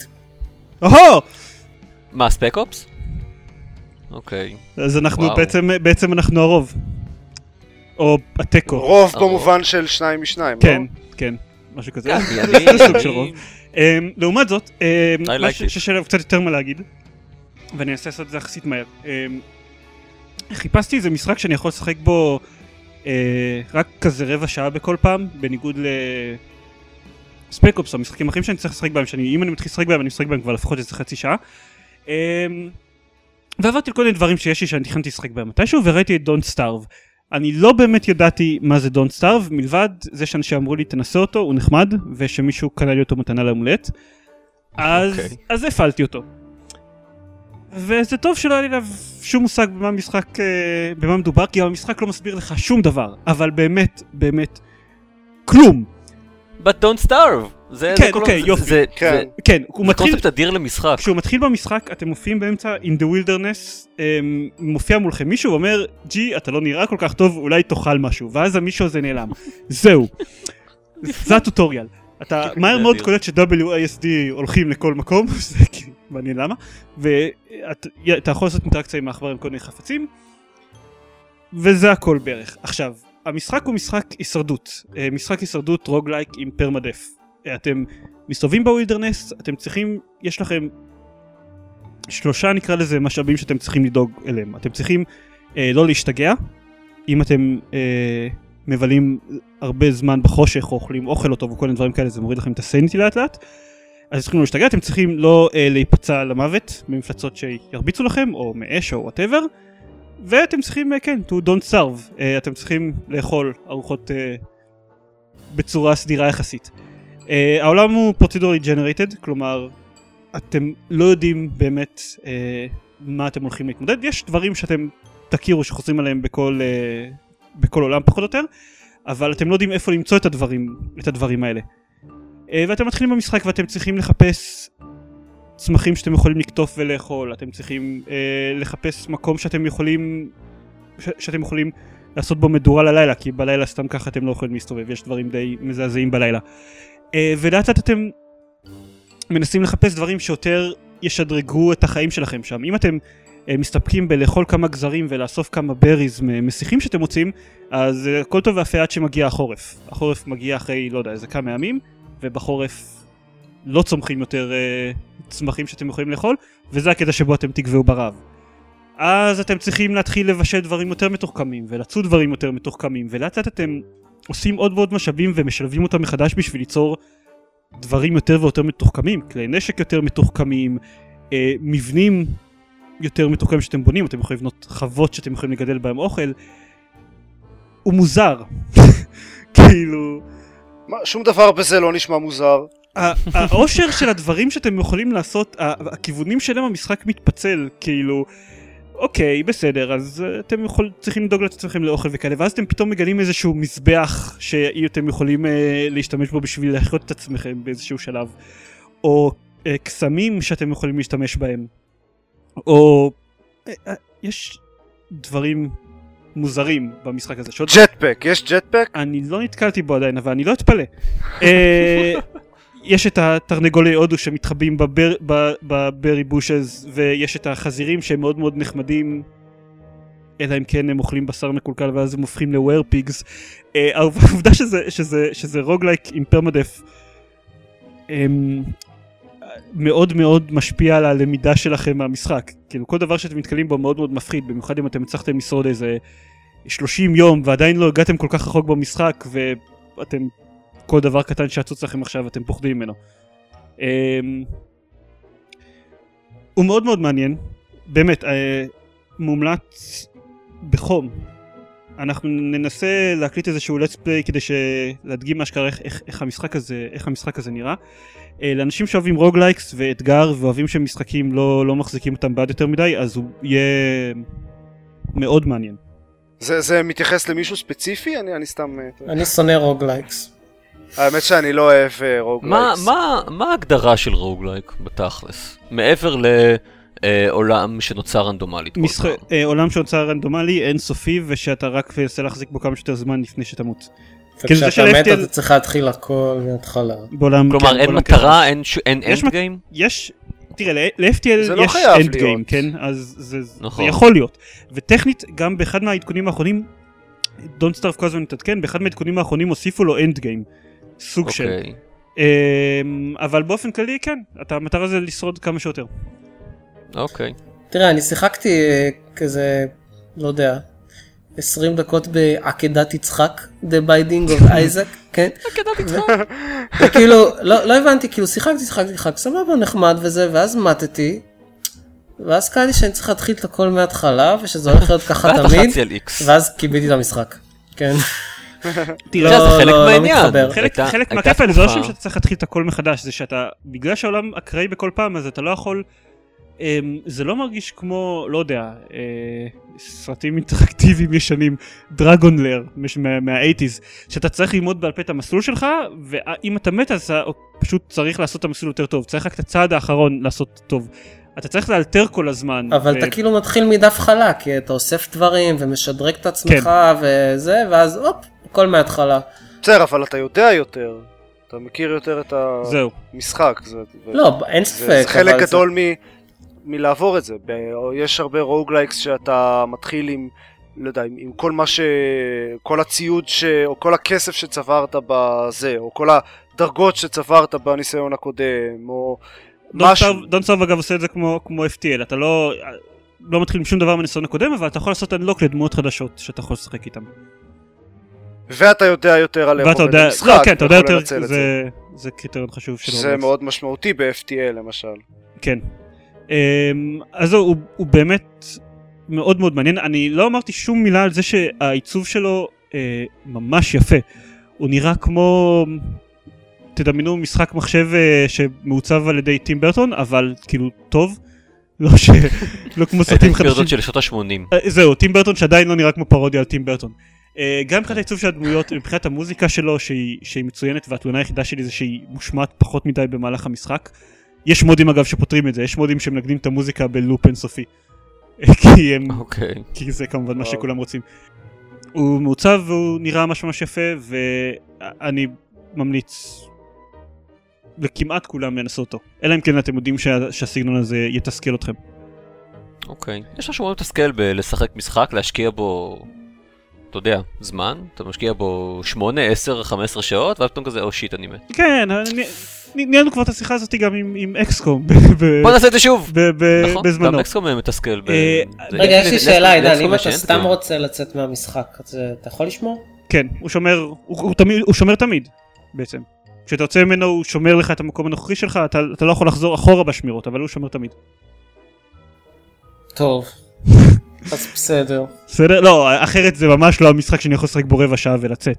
מה, ספק אופס? אוקיי. אז אנחנו, בעצם אנחנו הרוב. או הטקו. רוב במובן של 2 מ-2, לא? כן, כן, משהו כזה. סוג של רוב. לעומת זאת, שיש עליו קצת יותר מה להגיד, ואני אנסה לעשות את זה יחסית מהר. חיפשתי איזה משחק שאני יכול לשחק בו רק כזה רבע שעה בכל פעם, בניגוד לספק אופס, המשחקים אחרים שאני צריך לשחק בהם, אם אני מתחיל לשחק בהם, אני משחק בהם כבר לפחות איזה חצי שעה. ועברתי לכל מיני דברים שיש לי שאני תכנתי לשחק בהם מתישהו, וראיתי את Don't Starve. אני לא באמת ידעתי מה זה Don't Starve, מלבד זה שאנשים אמרו לי תנסה אותו, הוא נחמד, ושמישהו קנה לי אותו מתנה להמולט. אז הפעלתי אותו. וזה טוב שלא היה לי עליו שום מושג במה מדובר, כי המשחק לא מסביר לך שום דבר, אבל באמת, באמת, כלום. But don't starve. כן, אוקיי, יופי. כן, זה קונספט אדיר למשחק. כשהוא מתחיל במשחק, אתם מופיעים באמצע in the wilderness, מופיע מולכם מישהו ואומר, ג'י, אתה לא נראה כל כך טוב, אולי תאכל משהו, ואז המישהו הזה נעלם. זהו. זה הטוטוריאל. אתה מהר מאוד קולט ש-WASD הולכים לכל מקום, זה מעניין למה, ואתה יכול לעשות אינטראקציה עם האחבר עם כל מיני חפצים, וזה הכל בערך. עכשיו, המשחק הוא משחק הישרדות, משחק הישרדות רוגלייק עם פרמדף. אתם מסתובבים בווילדרנס, אתם צריכים, יש לכם 3 נקרא לזה משאבים שאתם צריכים לדאוג אליהם. אתם צריכים לא להשתגע, אם אתם מבלים הרבה זמן בחושך או אוכלים אוכל לא טוב וכל מיני דברים כאלה, זה מוריד לכם את הסניטי לאט לאט. אז צריכים לא להשתגע, אתם צריכים לא להיפצע למוות ממפלצות שירביצו לכם או מאש או whatever. ואתם צריכים, כן, to don't starve, אתם צריכים לאכול ארוחות בצורה סדירה יחסית. העולם הוא procedurally generated, כלומר, אתם לא יודעים באמת מה אתם הולכים להתמודד. יש דברים שאתם תכירו שחוזרים עליהם בכל עולם פחות או יותר, אבל אתם לא יודעים איפה למצוא את הדברים האלה. ואתם מתחילים במשחק ואתם צריכים לחפש צמחים שאתם יכולים לקטוף ולאכול, אתם צריכים לחפש מקום שאתם יכולים לעשות בו מדורה ללילה, כי בלילה סתם ככה אתם לא יכולים להסתובב, יש דברים די מזעזעים בלילה. ולאט לאט אתם מנסים לחפש דברים שיותר ישדרגו את החיים שלכם שם. אם אתם מסתפקים בלאכול כמה גזרים ולאסוף כמה בריז מסיכים שאתם מוצאים, אז הכל טוב ואפה עד שמגיע החורף. החורף מגיע אחרי, לא יודע, איזה כמה ימים, ובחורף לא צומחים יותר צמחים שאתם יכולים לאכול, וזה הקטע שבו אתם תגוועו ברעב. אז אתם צריכים להתחיל לבשל דברים יותר מתוחכמים, ולצוד דברים יותר מתוחכמים, ולאט לאט אתם עושים עוד ועוד משאבים ומשלבים אותם מחדש בשביל ליצור דברים יותר ויותר מתוחכמים, כלי נשק יותר מתוחכמים, מבנים יותר מתוחכמים שאתם בונים, אתם יכולים לבנות חוות שאתם יכולים לגדל בהם אוכל. הוא מוזר. כאילו... שום דבר בזה לא נשמע מוזר. העושר של הדברים שאתם יכולים לעשות, הכיוונים שלהם המשחק מתפצל, כאילו, אוקיי, בסדר, אז אתם צריכים לדאוג לעצמכם לאוכל וכאלה, ואז אתם פתאום מגלים איזשהו מזבח שאתם יכולים להשתמש בו בשביל להחיות את עצמכם באיזשהו שלב, או קסמים שאתם יכולים להשתמש בהם, או יש דברים מוזרים במשחק הזה. ג'טפק, יש ג'טפק? אני לא נתקלתי בו עדיין, אבל אני לא אתפלא. יש את התרנגולי הודו שמתחבאים בברי בושז, ויש את החזירים שהם מאוד מאוד נחמדים, אלא אם כן הם אוכלים בשר מקולקל ואז הם הופכים לוויר פיגס. העובדה שזה רוגלייק עם פרמדף מאוד מאוד משפיע על הלמידה שלכם מהמשחק. כאילו כל דבר שאתם מתקלים בו מאוד מאוד מפחיד, במיוחד אם אתם הצלחתם לשרוד איזה 30 יום ועדיין לא הגעתם כל כך רחוק במשחק ואתם כל דבר קטן שעצוץ לכם עכשיו אתם פוחדים ממנו. הוא מאוד מאוד מעניין, באמת, מומלץ בחום. אנחנו ננסה להקליט איזשהו let's play כדי להדגים מה שקרה איך המשחק הזה נראה. לאנשים שאוהבים רוגלייקס ואתגר ואוהבים שמשחקים לא מחזיקים אותם בעד יותר מדי, אז הוא יהיה מאוד מעניין. זה מתייחס למישהו ספציפי? אני סתם... אני שונא רוגלייקס. האמת שאני לא אוהב רוגלייקס. מה ההגדרה של רוגלייק בתכלס? מעבר לעולם שנוצר רנדומלית. עולם שנוצר רנדומלי, אינסופי, ושאתה רק תנסה להחזיק בו כמה שיותר זמן לפני שתמות. וכשאתה מת אתה צריך להתחיל הכל מההתחלה. כלומר אין מטרה, אין אנד גיים? יש, תראה, ל-FTL יש אנד גיים, כן? אז זה יכול להיות. וטכנית, גם באחד מהעדכונים האחרונים, Don't Starve כל הזמן מתעדכן, באחד מהעדכונים האחרונים הוסיפו לו אנד גיים. סוג של. אבל באופן כללי, כן, המטרה זה לשרוד כמה שיותר. אוקיי. תראה, אני שיחקתי כזה, לא יודע, 20 דקות בעקדת יצחק, The Binding of Isaac, כן? עקדת יצחק. וכאילו, לא הבנתי, כאילו שיחקתי, סבבה, נחמד וזה, ואז מתתי, ואז קראתי שאני צריך להתחיל את הכל מההתחלה, ושזה הולך להיות ככה תמיד, ואז קיבלתי את המשחק, כן? תראה, זה חלק מהעניין. חלק מהכיף האלה, זה לא שאתה צריך להתחיל את הכל מחדש, זה שאתה, בגלל שהעולם אקראי בכל פעם, אז אתה לא יכול, זה לא מרגיש כמו, לא יודע, סרטים אינטראקטיביים ישנים, דרגונלר מה-80s, שאתה צריך ללמוד בעל פה את המסלול שלך, ואם אתה מת אז אתה פשוט צריך לעשות את המסלול יותר טוב, צריך רק את הצעד האחרון לעשות טוב. אתה צריך לאלתר כל הזמן. אבל אתה כאילו מתחיל מדף חלק, כי אתה אוסף דברים ומשדרג את עצמך וזה, ואז הופ, הכל מההתחלה. בסדר, אבל אתה יודע יותר, אתה מכיר יותר את המשחק. לא, אין ספק. זה חלק גדול מלעבור את זה. יש הרבה רוגלייקס שאתה מתחיל עם, לא יודע, עם כל מה כל הציוד או כל הכסף שצברת בזה, או כל הדרגות שצברת בניסיון הקודם, או Don't Starve אגב עושה את זה כמו FTL, אתה לא מתחיל עם שום דבר מהניסיון הקודם, אבל אתה יכול לעשות אנלוק לדמות חדשות שאתה יכול לשחק איתם. ואתה יודע יותר על איך עובד המשחק. לא, כן, אתה יודע יותר, זה קריטריון חשוב שלו. זה מאוד משמעותי ב-FTL למשל. כן. אז הוא באמת מאוד מאוד מעניין. אני לא אמרתי שום מילה על זה שהעיצוב שלו ממש יפה. הוא נראה כמו, תדמיינו משחק מחשב שמעוצב על ידי טים ברטון, אבל כאילו טוב. לא כמו סרטים חדשים. ברטון של שנות ה-80. זהו, טים ברטון שעדיין לא נראה כמו פרודיה על טים ברטון. גם מבחינת העיצוב של הדמויות, מבחינת המוזיקה שלו שהיא מצוינת, והתלונה היחידה שלי זה שהיא מושמעת פחות מדי במהלך המשחק. יש מודים אגב שפותרים את זה, יש מודים שמנגנים את המוזיקה בלופ אינסופי. כי זה כמובן מה שכולם רוצים. הוא מעוצב והוא נראה ממש יפה, ואני ממליץ לכמעט כולם לנסות אותו. אלא אם כן אתם יודעים שהסגנון הזה יתסכל אתכם. אוקיי. יש משהו מאוד מתסכל בלשחק משחק, להשקיע בו, אתה יודע, זמן, אתה משקיע בו 8, 10, 15 שעות, ואז פתאום כזה, או שיט, אני מת. כן, ניהלנו כבר את השיחה הזאת גם עם אקסקום. בוא נעשה את זה שוב. בזמנו. גם אקסקום מתסכל. רגע, יש לי שאלה, עידן, אם אתה סתם רוצה לצאת מהמשחק, אתה יכול לשמור? כן, הוא שומר תמיד, בעצם. כשאתה יוצא ממנו הוא שומר לך את המקום הנוכחי שלך, אתה לא יכול לחזור אחורה בשמירות, אבל הוא שומר תמיד. טוב. אז בסדר. בסדר? לא, אחרת זה ממש לא המשחק שאני יכול לשחק בו רבע שעה ולצאת.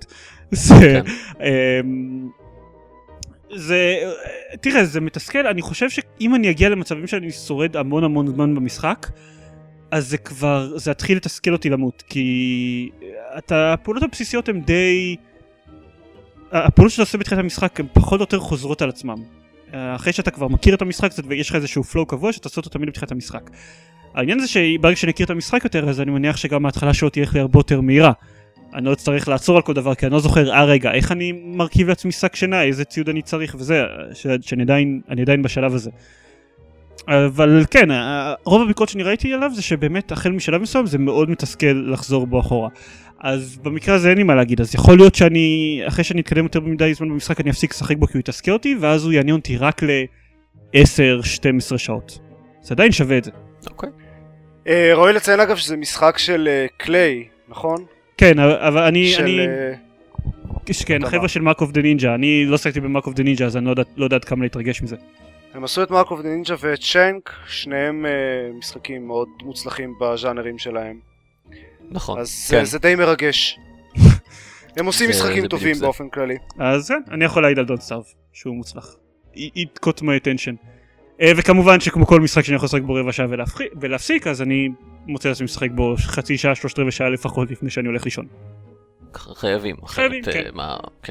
תראה, זה מתסכל. אני חושב שאם אני אגיע למצבים שאני שורד המון המון זמן במשחק, אז זה התחיל לתסכל אותי למות, כי הפעולות הבסיסיות הן די, הפעולות שאתה עושה בתחילת המשחק הן פחות או יותר חוזרות על עצמם. אחרי שאתה כבר מכיר את המשחק, ויש לך איזשהו פלואו קבוע שאתה עושה אותו תמיד בתחילת המשחק. העניין זה שברגע שאני אכיר את המשחק יותר, אז אני מניח שגם ההתחלה שלו תהיה הרבה יותר מהירה. אני לא אצטרך לעצור על כל דבר, כי אני לא זוכר, רגע, איך אני מרכיב לעצמי שק שינה, איזה ציוד אני צריך וזה, שאני עדיין בשלב הזה. אבל כן, רוב הביקורת שאני ראיתי עליו זה שבאמת החל משלב מסוים זה מאוד מתסכל לחזור בו אחורה. אז במקרה הזה אין לי מה להגיד, אז יכול להיות שאני, אחרי שאני אתקדם יותר מדי זמן במשחק, אני אפסיק לשחק בו כי הוא יתסכל אותי, ואז הוא יעניין אותי רק ל-10-12 שעות. זה עדיין שווה את זה. אוקיי. רואי לציין אגב שזה משחק של קליי, נכון? כן, אבל אני... כן, החבר'ה של מארק אוף דה נינג'ה, אני לא שחקתי במארק אוף דה נינג'ה, אז אני לא יודעת כמה להתרגש מזה. הם עשו את מארק אוף דה נינג'ה ואת צ'נק, שניהם משחקים מאוד מוצלחים בז'אנרים שלהם. נכון, אז זה די מרגש. הם עושים משחקים טובים באופן כללי. אז כן, אני יכול להעיד על Don't Starve, שהוא מוצלח. It caught my attention. וכמובן שכמו כל משחק שאני יכול לשחק בו רבע שעה ולהפסיק, אז אני מוצא לעצמי לשחק בו חצי שעה, 3/4 שעה לפחות לפני שאני הולך לישון. חייבים, כן.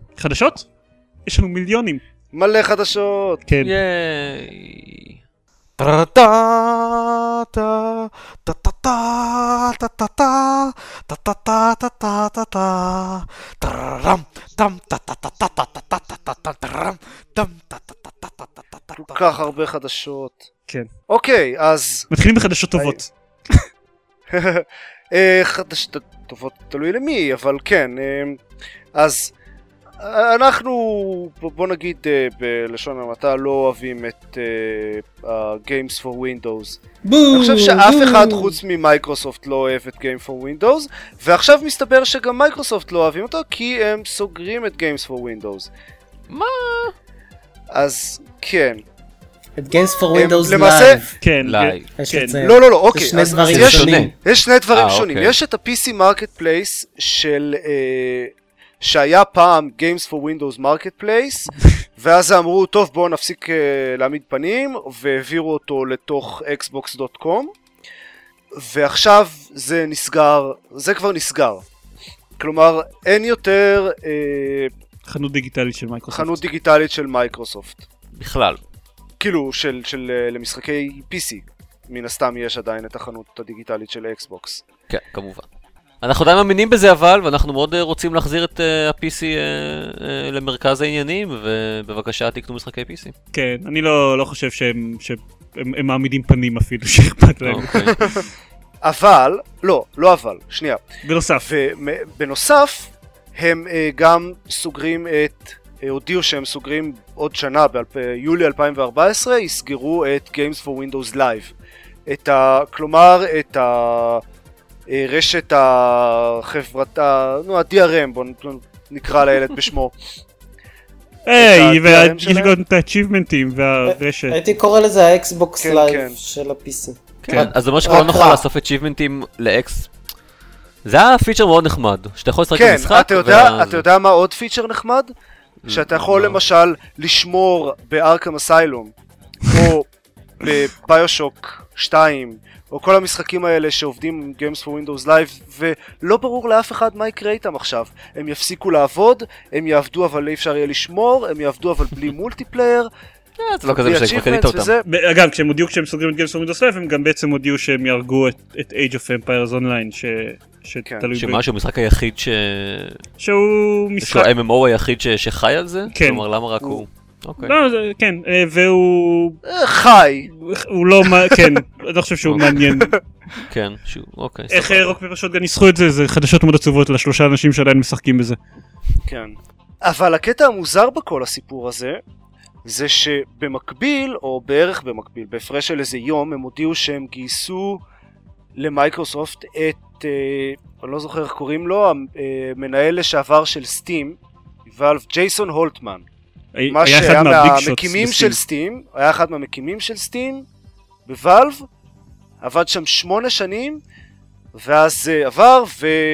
חדשות? יש לנו מיליונים. מלא חדשות. כן. כל כך הרבה חדשות. כן. אוקיי, אז... מתחילים בחדשות טובות. חדשות טובות תלוי למי, אבל כן. אז אנחנו, בוא נגיד בלשון המעטה, לא אוהבים את Games for Windows. אני חושב שאף אחד חוץ ממייקרוסופט לא אוהב את Games for Windows, ועכשיו מסתבר שגם מייקרוסופט לא אוהבים אותו, כי הם סוגרים את Games for Windows. מה? אז כן. את Games for Windows למעשה, Live. כן, לייב. לא, אוקיי. יש שני דברים שונים. יש שני דברים שונים. אוקיי. יש את ה-PC Marketplace שהיה פעם Games for Windows Marketplace, ואז אמרו, טוב, בואו נפסיק להעמיד פנים, והעבירו אותו לתוך xbox.com, ועכשיו זה נסגר, זה כבר נסגר. כלומר, אין יותר חנות דיגיטלית של מייקרוסופט. חנות דיגיטלית של מייקרוסופט. בכלל. כאילו, למשחקי PC. מן הסתם יש עדיין את החנות הדיגיטלית של אקסבוקס. כן, כמובן. אנחנו עדיין מאמינים בזה אבל, ואנחנו מאוד רוצים להחזיר את ה-PC למרכז העניינים, ובבקשה תקנו משחקי PC. כן, אני לא חושב שהם מעמידים פנים אפילו שאכפת להם. אבל, לא אבל, שנייה. בנוסף. ובנוסף, הם גם סוגרים הודיעו שהם סוגרים עוד שנה, ביולי 2014, יסגרו את Games for Windows Live. כלומר, את רשת החברת, ה-DRM, בוא נקרא לילד בשמו. היי, יש גם את ה-achievementים והרשת. הייתי קורא לזה האקסבוקס לייב של ה-PC. כן, אז זה אומר שכבר לא נוכל לאסוף achievementים לאקס. זה היה פיצ'ר מאוד נחמד, שאתה יכול לשחק במשחק. כן, אתה יודע מה עוד פיצ'ר נחמד? שאתה יכול למשל לשמור בארקם אסיילום, או בביושוק 2, או כל המשחקים האלה שעובדים עם Games for Windows Live, ולא ברור לאף אחד מה יקרה איתם עכשיו. הם יפסיקו לעבוד, הם יעבדו אבל אי אפשר יהיה לשמור, הם יעבדו אבל בלי מולטיפלייר. זה לא כזה משחק, קנית אותם. אגב, כשהם הודיעו כשהם סוגרים את Games for Windows Live, הם גם בעצם הודיעו שהם יהרגו את Age of Empires Online, שתלוי שמשהו, המשחק היחיד שהוא משחק... שהוא ה-MMO היחיד שחי על זה? כן. כלומר, למה רק הוא? לא, כן, והוא... חי. הוא לא... כן, אני לא חושב שהוא מעניין. כן, אוקיי. איך רוק פפר שוטגן ניסחו את זה? זה חדשות מאוד עצובות לשלושה אנשים שעדיין משחקים בזה. כן. אבל הקטע המוזר בכל הסיפור הזה, זה שבמקביל, או בערך במקביל, בהפרש של איזה יום, הם הודיעו שהם גייסו למייקרוסופט את, אני לא זוכר איך קוראים לו, המנהל לשעבר של סטים, ואלף, ג'ייסון הולטמן. מה שהיה מהמקימים של סטים, היה אחד מהמקימים של סטים, בוואלב, עבד שם 8 שנים, ואז עבר,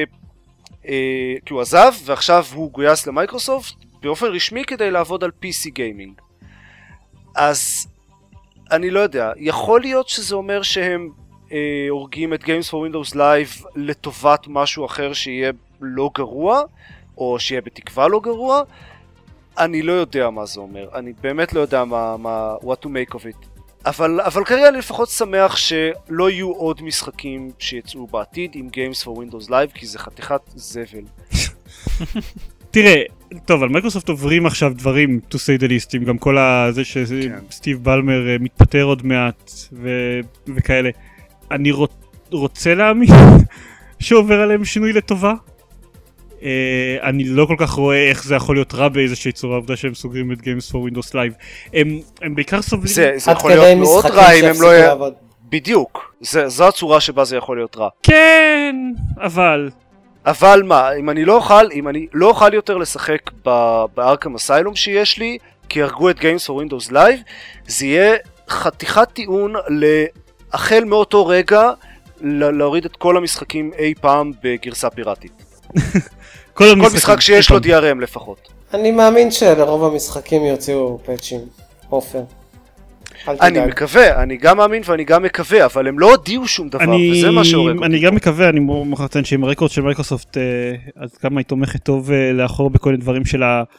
כי הוא עזב, ועכשיו הוא גויס למייקרוסופט, באופן רשמי כדי לעבוד על PC גיימינג. אז אני לא יודע, יכול להיות שזה אומר שהם הורגים את Games for Windows Live לטובת משהו אחר שיהיה לא גרוע, או שיהיה בתקווה לא גרוע. אני לא יודע מה זה אומר, אני באמת לא יודע what to make of it. אבל כרגע אני לפחות שמח שלא יהיו עוד משחקים שיצאו בעתיד עם Games for Windows Live, כי זה חתיכת זבל. תראה, טוב, על מייקרוסופט עוברים עכשיו דברים, to say the least, עם גם כל זה שסטיב בלמר מתפטר עוד מעט וכאלה. אני רוצה להאמין שעובר עליהם שינוי לטובה. אני לא כל כך רואה איך זה יכול להיות רע באיזושהי צורה, העובדה שהם סוגרים את Games for Windows Live. הם בעיקר סובלים... זה יכול להיות מאוד רע אם הם לא... בדיוק, זו הצורה שבה זה יכול להיות רע. כן, אבל מה, אם אני לא אוכל יותר לשחק בארקם אסיילום שיש לי, כי הרגו את Games for Windows Live, זה יהיה חתיכת טיעון החל מאותו רגע להוריד את כל המשחקים אי פעם בגרסה פיראטית. כל משחק שיש לו DRM לפחות. אני מאמין שלרוב המשחקים יוציאו פאצ'ים, עופר. אני מקווה, אני גם מאמין ואני גם מקווה, אבל הם לא הודיעו שום דבר, וזה מה שהורג אותי. אני גם מקווה, אני מוכרח לציין שעם הרקורד של מייקרוסופט, עד כמה היא תומכת טוב לאחור בכל הדברים של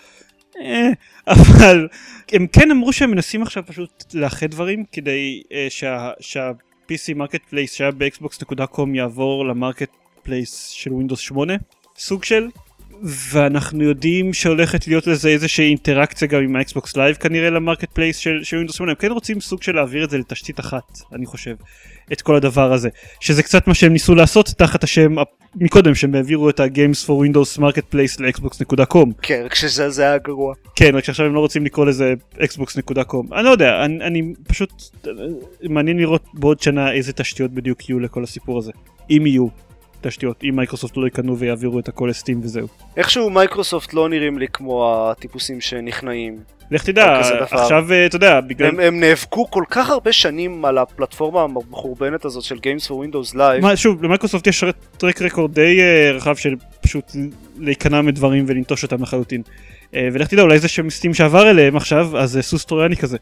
אבל הם כן אמרו שהם מנסים עכשיו פשוט לאחד דברים כדי שה-PC Marketplace שהיה ב-xbox.com יעבור למרקט פלייס של Windows 8, סוג של, ואנחנו יודעים שהולכת להיות לזה איזושהי אינטראקציה גם עם האקסבוקס לייב כנראה למרקט פלייס של Windows 8, הם כן רוצים סוג של להעביר את זה לתשתית אחת, אני חושב, את כל הדבר הזה, שזה קצת מה שהם ניסו לעשות תחת השם מקודם, שהם העבירו את ה-Games for Windows Marketplace ל-xbox.com. כן, רק שזה היה גרוע. כן, רק שעכשיו הם לא רוצים לקרוא לזה xbox.com. אני לא יודע, אני פשוט, מעניין לראות בעוד שנה איזה תשתיות בדיוק יהיו לכל הסיפור הזה. אם יהיו תשתיות, אם מייקרוסופט לא יקנו ויעבירו את הכל לסטים וזהו. איכשהו מייקרוסופט לא נראים לי כמו הטיפוסים שנכנעים. לך תדע, עכשיו אתה יודע, בגלל... הם נאבקו כל כך הרבה שנים על הפלטפורמה המחורבנת הזאת של Games for Windows Live. שוב, למייקרוסופט יש טרק רקורד די רחב של פשוט להיכנע מדברים ולנטוש אותם לחלוטין. ולך תדע, אולי זה שמסטים שעבר אליהם עכשיו, אז זה סוס טרויאני כזה.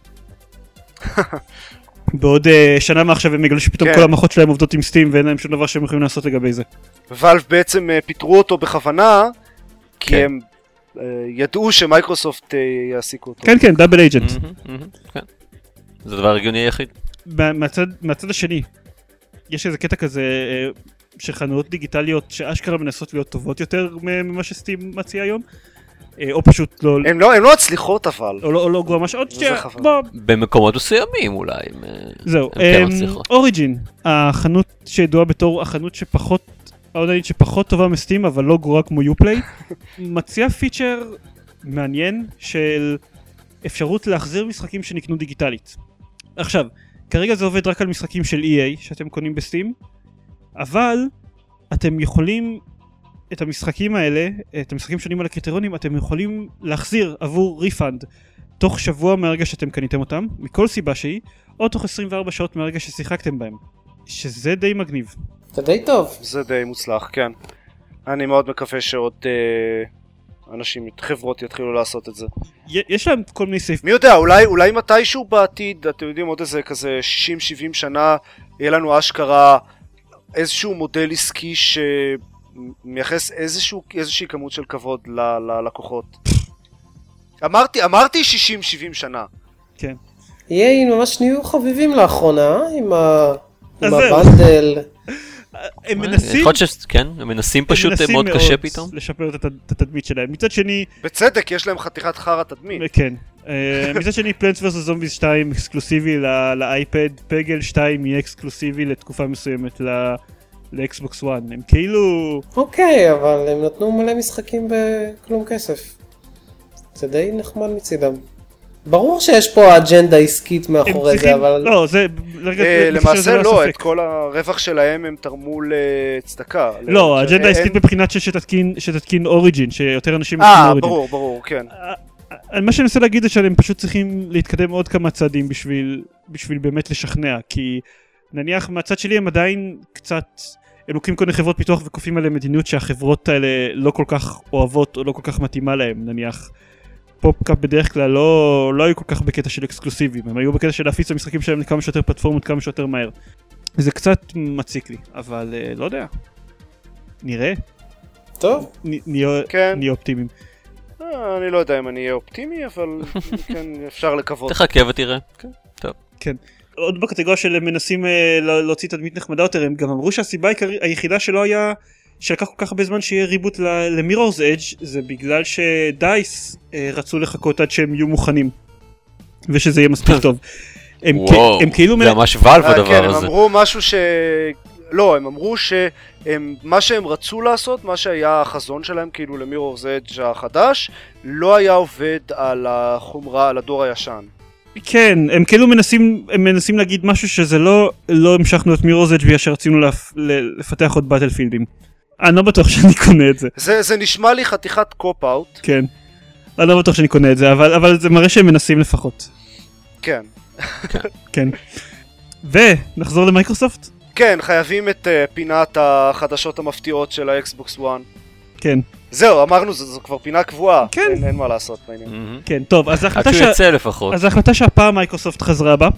בעוד שנה מעכשיו הם יגלו שפתאום כל המערכות שלהם עובדות עם סטים ואין להם שום דבר שהם יכולים לעשות לגבי זה. ואלב בעצם פיטרו אותו בכוונה, כי הם ידעו שמייקרוסופט יעסיקו אותו. כן, כן, דאבל אייג'נט. זה דבר הגיוני היחיד. מהצד השני, יש איזה קטע כזה שחנויות דיגיטליות שאשכרה מנסות להיות טובות יותר ממה שסטים מציע היום, או פשוט לא... הן לא הצליחות אבל. או לא גרוע משהו, עוד שנייה, במקומות מסוימים אולי. זהו, אוריג'ין, החנות שידועה בתור החנות שפחות טובה מסטים, אבל לא גרועה כמו יופליי, מציעה פיצ'ר מעניין של אפשרות להחזיר משחקים שנקנו דיגיטלית. עכשיו, כרגע זה עובד רק על משחקים של EA שאתם קונים בסטים, אבל אתם יכולים את המשחקים האלה, את המשחקים שונים על הקריטריונים, אתם יכולים להחזיר עבור ריפאנד תוך שבוע מהרגע שאתם קניתם אותם, מכל סיבה שהיא, או תוך 24 שעות מהרגע ששיחקתם בהם. שזה די מגניב. זה די טוב. זה די מוצלח, כן. אני מאוד מקווה שעוד אנשים, חברות יתחילו לעשות את זה. יש להם כל מיני סייף. מי יודע, אולי מתישהו בעתיד, אתם יודעים, עוד איזה כזה 60-70 שנה, יהיה לנו אשכרה איזשהו מודל עסקי שמייחס איזושהי כמות של כבוד ללקוחות. אמרתי 60-70 שנה. כן. EA ממש נהיו חביבים לאחרונה, עם הבנדל. הם מנסים... כן, הם מנסים פשוט מאוד קשה פתאום. לשפר את התדמית שלהם. מצד שני... בצדק, יש להם חתיכת חרא תדמית. כן. מצד שני, Plants vs. Zombies 2 אקסקלוסיבי לאייפד, פגל 2 יהיה אקסקלוסיבי לתקופה מסוימת לאקסבוקס 1. הם כאילו... אוקיי, אבל הם נתנו מלא משחקים בכלום כסף. זה די נחמד מצידם. ברור שיש פה אג'נדה עסקית מאחורי זה, אבל... לא, זה... למעשה לא, את כל הרווח שלהם הם תרמו לצדקה. לא, האג'נדה עסקית בבחינת שתתקין אוריג'ין, שיותר אנשים מתקין אוריג'ין. ברור, כן. מה שאני מנסה להגיד זה שהם פשוט צריכים להתקדם עוד כמה צעדים בשביל באמת לשכנע, כי נניח מהצד שלי הם עדיין קצת... הם לוקחים כל מיני חברות פיתוח וקופים עליהם מדיניות שהחברות האלה לא כל כך אוהבות או לא כל כך מתאימה להם, נניח. פופקאפ בדרך כלל לא היו כל כך בקטע של אקסקלוסיבים, הם היו בקטע של להפיץ המשחקים שלהם לכמה שיותר פלטפורמות, כמה שיותר מהר. זה קצת מציק לי, אבל לא יודע. נראה. טוב. נהיה אופטימיים. אני לא יודע אם אני אהיה אופטימי, אבל כן אפשר לקוות. תחכה ותראה. טוב. כן. עוד בקטגוריה של מנסים להוציא תדמית נחמדה יותר, הם גם אמרו שהסיבה היחידה שלא היה... שלקח כל כך הרבה זמן שיהיה ריבוט למירור's אדג' זה בגלל שדייס רצו לחכות עד שהם יהיו מוכנים ושזה יהיה מספיק טוב. הם כאילו... זה ממש ואלב הדבר הזה. כן, הם אמרו משהו לא, הם אמרו שמה שהם רצו לעשות, מה שהיה החזון שלהם כאילו למירור's אדג' החדש, לא היה עובד על החומרה, על הדור הישן. כן, הם כאילו מנסים להגיד משהו שזה לא המשכנו את מירור's אדג' וישר רצינו לפתח עוד באטלפילדים. אני לא בטוח שאני קונה את זה. זה נשמע לי חתיכת קופ-אוט. כן. אני לא בטוח שאני קונה את זה, אבל זה מראה שהם מנסים לפחות. כן. כן. ונחזור למייקרוסופט? כן, חייבים את פינת החדשות המפתיעות של האקסבוקס 1. כן. זהו, אמרנו, זו כבר פינה קבועה. כן. אין מה לעשות בעניין. כן, טוב, אז ההחלטה שהפעם מייקרוסופט חזרה בה,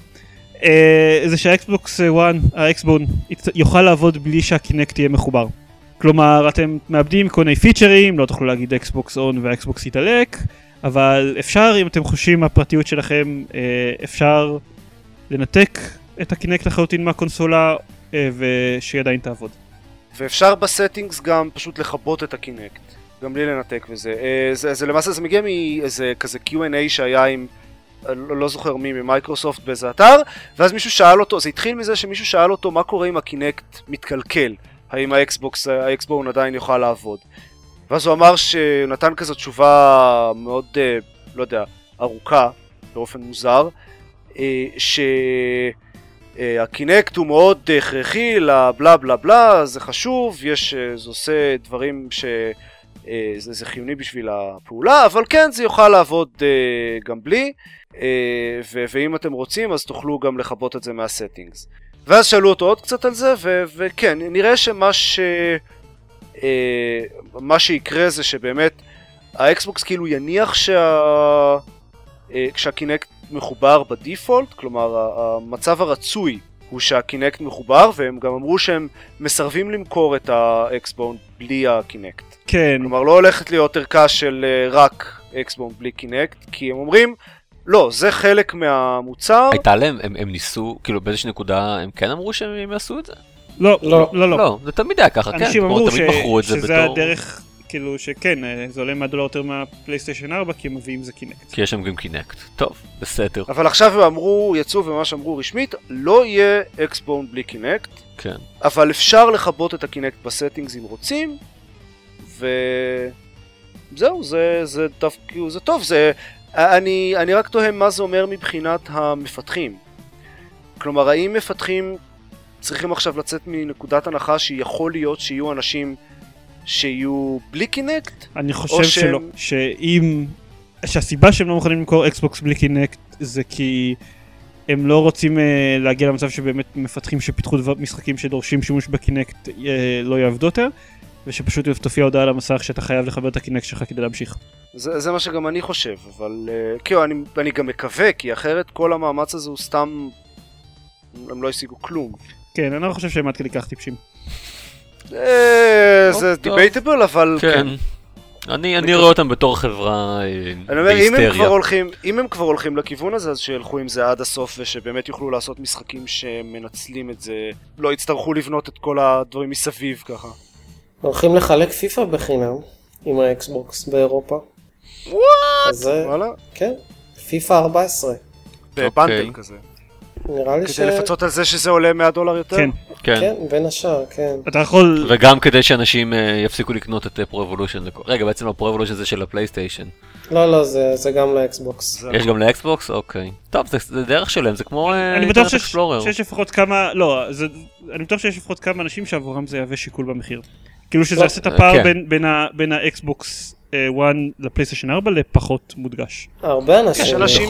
זה שהאקסבוקס 1, האקסבון, יוכל לעבוד בלי שהקינקט יהיה מחובר. כלומר, אתם מאבדים כל מיני פיצ'רים, לא תוכלו להגיד אקסבוקס און והאקסבוקס יתעלק, אבל אפשר, אם אתם חושבים מהפרטיות שלכם, אפשר לנתק את הקינקט לחלוטין מהקונסולה, ושהיא עדיין תעבוד. ואפשר בסטינגס גם פשוט לכבות את הקינקט, גם בלי לנתק וזה. זה למעשה, זה מגיע מאיזה כזה Q&A שהיה עם, לא זוכר מי, ממייקרוסופט באיזה אתר, ואז מישהו שאל אותו, זה התחיל מזה שמישהו שאל אותו מה קורה אם הקינקט מתקלקל, האם האקסבון עדיין יוכל לעבוד. ואז הוא אמר שנתן כזאת תשובה מאוד, לא יודע, ארוכה, באופן מוזר, שהקינקט הוא מאוד הכרחי לבלה בלה בלה, זה חשוב, זה עושה דברים שזה חיוני בשביל הפעולה, אבל כן, זה יוכל לעבוד גם בלי, ואם אתם רוצים אז תוכלו גם לכבות את זה מהסטינגס. ואז שאלו אותו עוד קצת על זה, וכן, נראה מה שיקרה זה שבאמת האקסבוקס כאילו יניח כשהקינקט מחובר בדיפולט, כלומר המצב הרצוי הוא שהקינקט מחובר, והם גם אמרו שהם מסרבים למכור את האקסבון בלי הקינקט. כן. כלומר לא הולכת להיות ערכה של רק אקסבון בלי קינקט, כי הם אומרים לא, זה חלק מהמוצר. הייתה להם, הם ניסו, כאילו באיזושהי נקודה הם כן אמרו שהם יעשו את זה? לא. לא, זה תמיד היה ככה, כן? אנשים אמרו שזה בתור... הדרך, כאילו שכן, זה עולה $100 יותר מהפלייסטיישן 4 כי הם מביאים זה קינקט. כי יש שם גם קינקט. טוב, בסדר. אבל עכשיו הם אמרו, יצאו ומה שאמרו רשמית, לא יהיה אקסבון בלי קינקט. כן. אבל אפשר לכבות את הקינקט בסטינגס אם רוצים, וזהו, זה דווקא, זה טוב, אני רק תוהה מה זה אומר מבחינת המפתחים. כלומר, האם מפתחים צריכים עכשיו לצאת מנקודת הנחה שיכול להיות שיהיו אנשים שיהיו בלי קינקט? אני חושב שלא. שהסיבה שהם לא מוכנים למכור אקסבוקס בלי קינקט זה כי הם לא רוצים להגיע למצב שבאמת מפתחים שפיתחו משחקים שדורשים שימוש בקינקט לא יעבדו יותר, ושפשוט תופיע הודעה על המסך שאתה חייב לחבר את הקינקט שלך כדי להמשיך. זה מה שגם אני חושב, אבל כאילו אני גם מקווה, כי אחרת כל המאמץ הזה הוא סתם, הם לא השיגו כלום. כן, אני לא חושב שהם עד כדי כך טיפשים. זה דיבייטבל, אבל כן. אני רואה אותם בתור חברה בהיסטריה. אם הם כבר הולכים לכיוון הזה, אז שילכו עם זה עד הסוף, ושבאמת יוכלו לעשות משחקים שמנצלים את זה, לא יצטרכו לבנות את כל הדברים מסביב ככה. הולכים לחלק פיפה בחינם עם האקסבוקס באירופה. וואט? וואלה? כן, פיפה 14. בבנדל כזה. נראה לי כדי לפצות על זה שזה עולה $100 יותר? כן, בין השאר, כן. אתה יכול... וגם כדי שאנשים יפסיקו לקנות את פרו-אבולושן. רגע, בעצם הפרו-אבולושן זה של הפלייסטיישן. לא, זה גם לאקסבוקס. יש גם לאקסבוקס? אוקיי. טוב, זה דרך שלהם, זה כמו אינטרנט אקספלורר. שיש לפחות כמה... לא, אני בטוח שיש לפחות כמה אנשים שעבורם זה יהווה שיקול במחיר. כאילו שזה עושה את הפער בין האקסבוקס 1 לפלייסטיישן 4 לפחות מודגש. הרבה אנשים.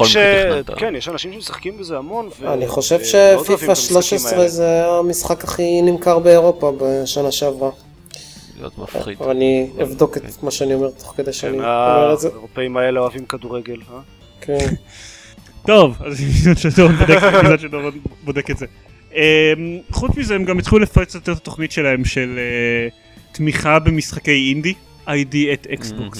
יש אנשים שמשחקים בזה המון. אני חושב שפיפה 13 זה המשחק הכי נמכר באירופה בשנה שעברה. להיות מפחיד. אני אבדוק את מה שאני אומר תוך כדי שאני אומר את זה. האירופאים האלה אוהבים כדורגל, אה? כן. טוב, אז שדורון בודק את זה. חוץ מזה הם גם התחילו לפרץ יותר את התוכנית שלהם של תמיכה במשחקי אינדי, ID at Xbox.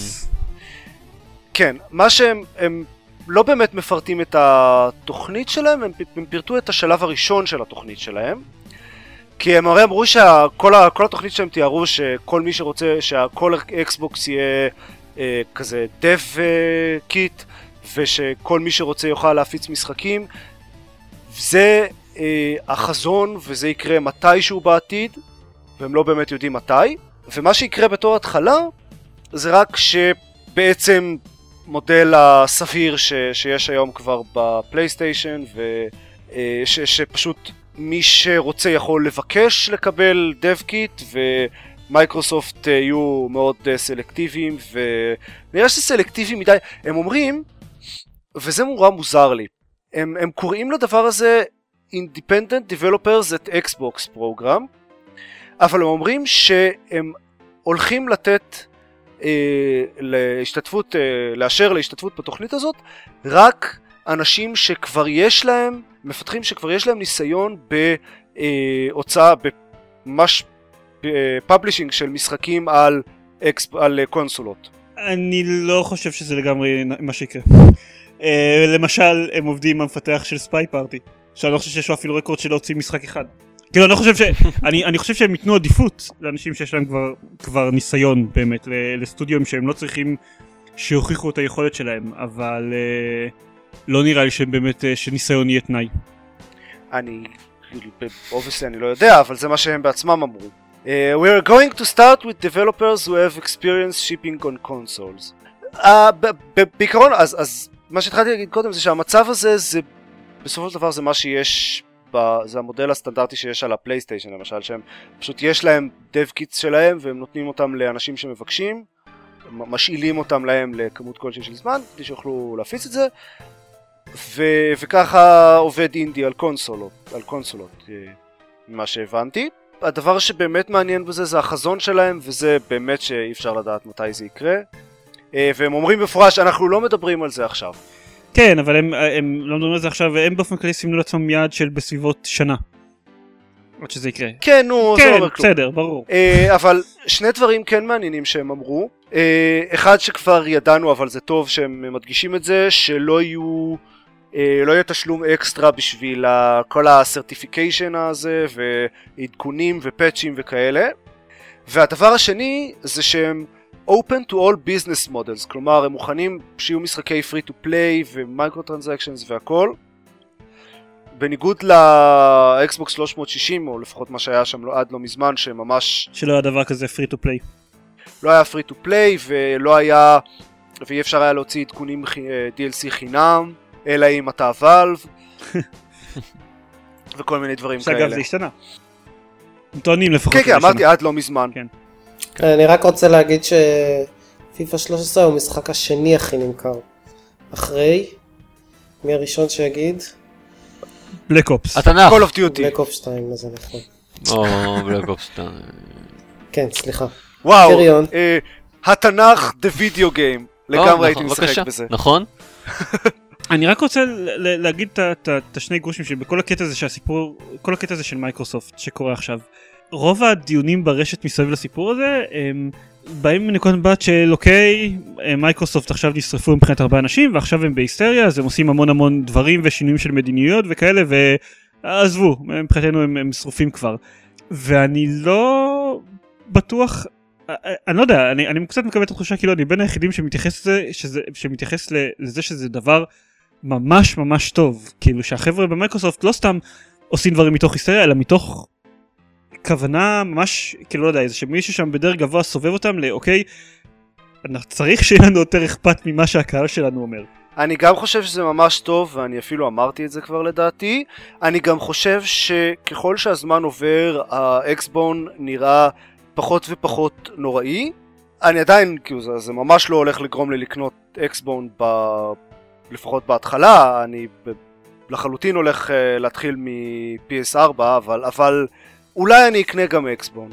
כן, מה שהם לא באמת מפרטים את התוכנית שלהם, הם פירטו את השלב הראשון של התוכנית שלהם, כי הם הרי אמרו שכל התוכנית שלהם תיארו שכל מי שרוצה שכל Xbox יהיה כזה dev kit, ושכל מי שרוצה יוכל להפיץ משחקים. זה החזון, וזה יקרה מתישהו בעתיד, והם לא באמת יודעים מתי. ומה שיקרה בתור התחלה זה רק שבעצם מודל הסביר שיש היום כבר בפלייסטיישן, ושפשוט מי שרוצה יכול לבקש לקבל dev kit, ומייקרוסופט יהיו מאוד סלקטיביים, ונראה שסלקטיביים מדי. הם אומרים, וזה נורא מוזר לי, הם קוראים לדבר הזה Independent Developers at Xbox Program, אבל הם אומרים שהם הולכים לתת לאשר להשתתפות בתוכנית הזאת רק אנשים שכבר יש להם, מפתחים שכבר יש להם ניסיון בהוצאה, פאבלישינג של משחקים על קונסולות. אני לא חושב שזה לגמרי מה שיקרה. למשל, הם עובדים עם המפתח של ספיי פארטי, שאני לא חושב שיש לו אפילו רקורד של להוציא משחק אחד. כאילו, אני חושב שהם ייתנו עדיפות לאנשים שיש להם כבר ניסיון באמת, לסטודיו שהם לא צריכים שיוכיחו את היכולת שלהם, אבל לא נראה לי שבאמת שניסיון יהיה תנאי. obviously אני לא יודע, אבל זה מה שהם בעצמם אמרו. We are going to start with developers who have experience shipping on consoles. בעיקרון, אז מה שהתחלתי להגיד קודם זה שהמצב הזה, זה בסופו של דבר זה מה שיש, זה המודל הסטנדרטי שיש על הפלייסטיישן למשל, שהם פשוט יש להם dev kits שלהם והם נותנים אותם לאנשים שמבקשים, משאילים אותם להם לכמות כלשהי של זמן, כדי שיוכלו להפיץ את זה, וככה עובד אינדי על קונסולות, ממה שהבנתי. הדבר שבאמת מעניין בזה זה החזון שלהם, וזה באמת שאי אפשר לדעת מתי זה יקרה, והם אומרים בפורש, אנחנו לא מדברים על זה עכשיו. כן, אבל הם לא מדברים על זה עכשיו, והם באופן כללי סימנו לעצמם יעד של בסביבות שנה. עד שזה יקרה. כן, נו, זה לא אומר כלום. בסדר, ברור. אבל שני דברים כן מעניינים שהם אמרו. אחד שכבר ידענו, אבל זה טוב שהם מדגישים את זה, שלא יהיה תשלום אקסטרה בשביל כל הסרטיפיקיישן הזה, ועדכונים ופאצ'ים וכאלה. והדבר השני זה שהם open to all business models, כלומר הם מוכנים שיהיו משחקי free to play ומייקרו טרנזקשנס והכל, בניגוד לאקסבוקס 360 או לפחות מה שהיה שם עד לא מזמן, שממש שלא היה דבר כזה free to play, לא היה free to play ואי אפשר היה להוציא עדכונים DLC חינם אלא אם אתה ואלב וכל מיני דברים כאלה. שאגב זה השתנה, הם טוענים לפחות. כן, אמרתי עד לא מזמן. כן. אני רק רוצה להגיד שפיפה 13 הוא המשחק השני הכי נמכר. אחרי, מי הראשון שיגיד? בלק אופס. התנ"ך. Call of Duty. בלק אופס 2, אז נכון. בלק אופס 2. כן, סליחה. וואו, התנ"ך the video game. לגמרי הייתי משחק בזה. נכון? אני רק רוצה להגיד את השני גרושים שבכל הקטע הזה שהסיפור, כל הקטע הזה של מייקרוסופט שקורה עכשיו, רוב הדיונים ברשת מסביב לסיפור הזה הם באים מנקודת מבט של אוקיי, מייקרוסופט עכשיו נשרפו מבחינת הרבה אנשים ועכשיו הם בהיסטריה, אז הם עושים המון דברים ושינויים של מדיניות וכאלה, ועזבו, מבחינתנו הם שרופים כבר. ואני לא בטוח, אני לא יודע, אני קצת מקבל את התחושה כאילו אני בין היחידים שמתייחס לזה שזה דבר ממש טוב, כאילו שהחבר'ה במייקרוסופט לא סתם עושים דברים מתוך היסטריה, אלא מתוך כוונה ממש, כאילו לא יודע, איזה שמישהו שם בדרך גבוה סובב אותם לאוקיי, צריך שיהיה לנו יותר אכפת ממה שהקהל שלנו אומר. אני גם חושב שזה ממש טוב, ואני אפילו אמרתי את זה כבר לדעתי. אני גם חושב שככל שהזמן עובר, האקסבון נראה פחות ופחות נוראי. אני עדיין, כאילו זה ממש לא הולך לגרום לי לקנות אקסבון לפחות בהתחלה. אני לחלוטין הולך להתחיל מ-PS4, אבל אולי אני אקנה גם אקסבון.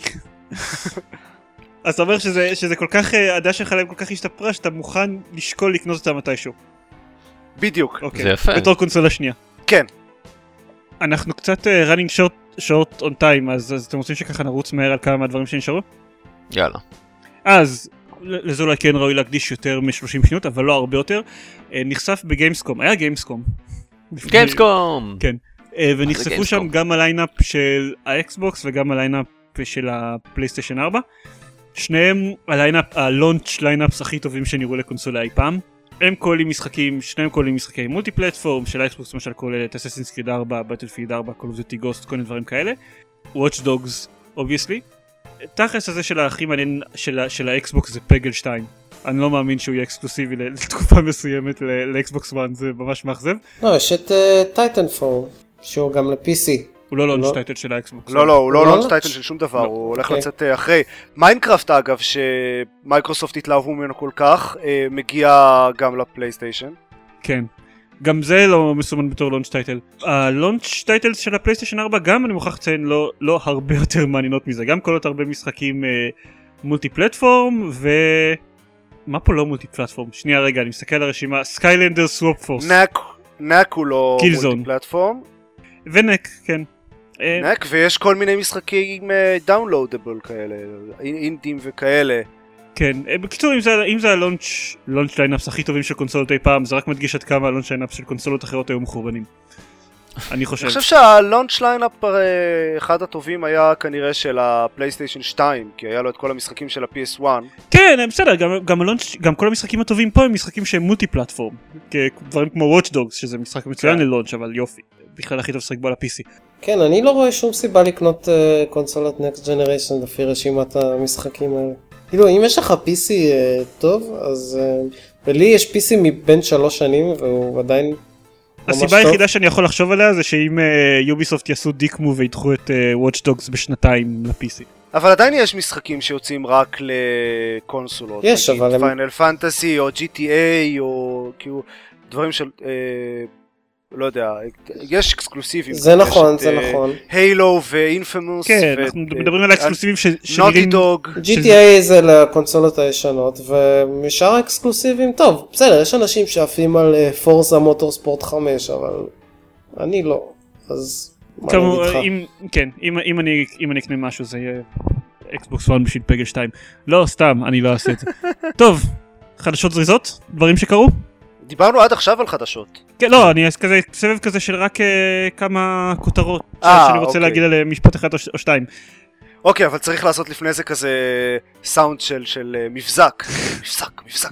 אז אתה אומר שזה כל כך, הדעה שלך להם כל כך השתפרה, שאתה מוכן לשקול לקנות אותה מתישהו. בדיוק. זה יפה. בתור קונסולה שנייה. כן. אנחנו קצת running short on time, אז אתם רוצים שככה נרוץ מהר על כמה מהדברים שנשארו? יאללה. אז, לזה אולי כן ראוי להקדיש יותר מ-30 שניות, אבל לא הרבה יותר. נחשף בגיימסקום, היה גיימסקום. גיימסקום! כן. ונחשפו שם גם הליינאפ של האקסבוקס וגם הליינאפ של הפלייסטיישן 4. שניהם הלונץ' ליינאפס הכי טובים שנראו לקונסולה אי פעם. הם כוללים משחקים, שניהם כוללים משחקי מולטי פלטפורם, של האקסבוקס למשל כוללת Assassin's Creed 4, Battlefield 4, Call of Duty Ghost, כל מיני דברים כאלה. Watch Dogs, obviously. תכלס הזה של הכי מעניין של האקסבוקס זה פגל 2. אני לא מאמין שהוא יהיה אקסקלוסיבי לתקופה מסוימת לאקסבוקס 1, זה ממש מאכזב. לא, יש את טייטנפול, שהוא גם ל-PC. הוא לא לונץ' טייטל של האקסבוקס. לא, הוא לא לונץ' טייטל של שום דבר, הוא הולך לצאת אחרי. מיינקראפט אגב, שמייקרוסופט התלהבו ממנו כל כך, מגיע גם לפלייסטיישן. כן. גם זה לא מסומן בתור לונץ' טייטל. הלונץ' טייטל של הפלייסטיישן 4 גם אני מוכרח לציין לא הרבה יותר מעניינות מזה. גם קולות הרבה משחקים מולטי פלטפורם מה פה לא מולטי פלטפורם? שנייה רגע, אני מסתכל על הרשימה. סקיילנדר סוואפ פורס. נק הוא לא מולטי פלטפורם. ונק, כן. נק, ויש כל מיני משחקים דאונלודבל כאלה, אינדים וכאלה. כן, בקיצור, אם זה הלונץ' ליינאפס הכי טובים של קונסולות אי פעם, זה רק מדגיש עד כמה הלונץ' ליינאפס של קונסולות אחרות היו מחורבנים. אני חושב שהלונץ' ליינאפ אחד הטובים היה כנראה של הפלייסטיישן 2, כי היה לו את כל המשחקים של ה-PS1. כן, בסדר, גם כל המשחקים הטובים פה הם משחקים שהם מולטי פלטפורם, דברים כמו Watch Dogs, שזה משחק מצוין ללונץ', אבל יופי, בכלל הכי טוב לשחק בו על ה-PC. כן, אני לא רואה שום סיבה לקנות קונסולת Next Generation לפי רשימת המשחקים האלה. כאילו, אם יש לך PC טוב, אז ולי יש PC מבין 3 שנים, והוא עדיין הסיבה היחידה שאני יכול לחשוב עליה זה שאם יוביסופט יעשו דיק מוב וידחו את Watch Dogs בשנתיים ל-PC. אבל עדיין יש משחקים שיוצאים רק לקונסולות. יש, אבל הם... פיינל פנטסי או GTA או כאילו דברים של... לא יודע, יש אקסקלוסיבים. זה נכון, זה נכון. הילו ואינפימוס. כן, אנחנו מדברים על האקסקלוסיבים נוטי דוג. GTA זה לקונסולות הישנות, ומשאר האקסקלוסיבים, טוב, בסדר, יש אנשים שעפים על פורזה מוטורספורט 5, אבל אני לא, אז מה אני אגיד לך? כן, אם אני אקנה משהו זה יהיה אקסבוקס 1 בשביל פגל 2. לא, סתם, אני לא אעשה את זה. טוב, חדשות זריזות? דברים שקרו? דיברנו עד עכשיו על חדשות. כן, לא, אני כזה סבב כזה של רק כמה כותרות שאני רוצה להגיד על משפט אחד או 2. אוקיי, אבל צריך לעשות לפני זה כזה סאונד של מבזק. מבזק.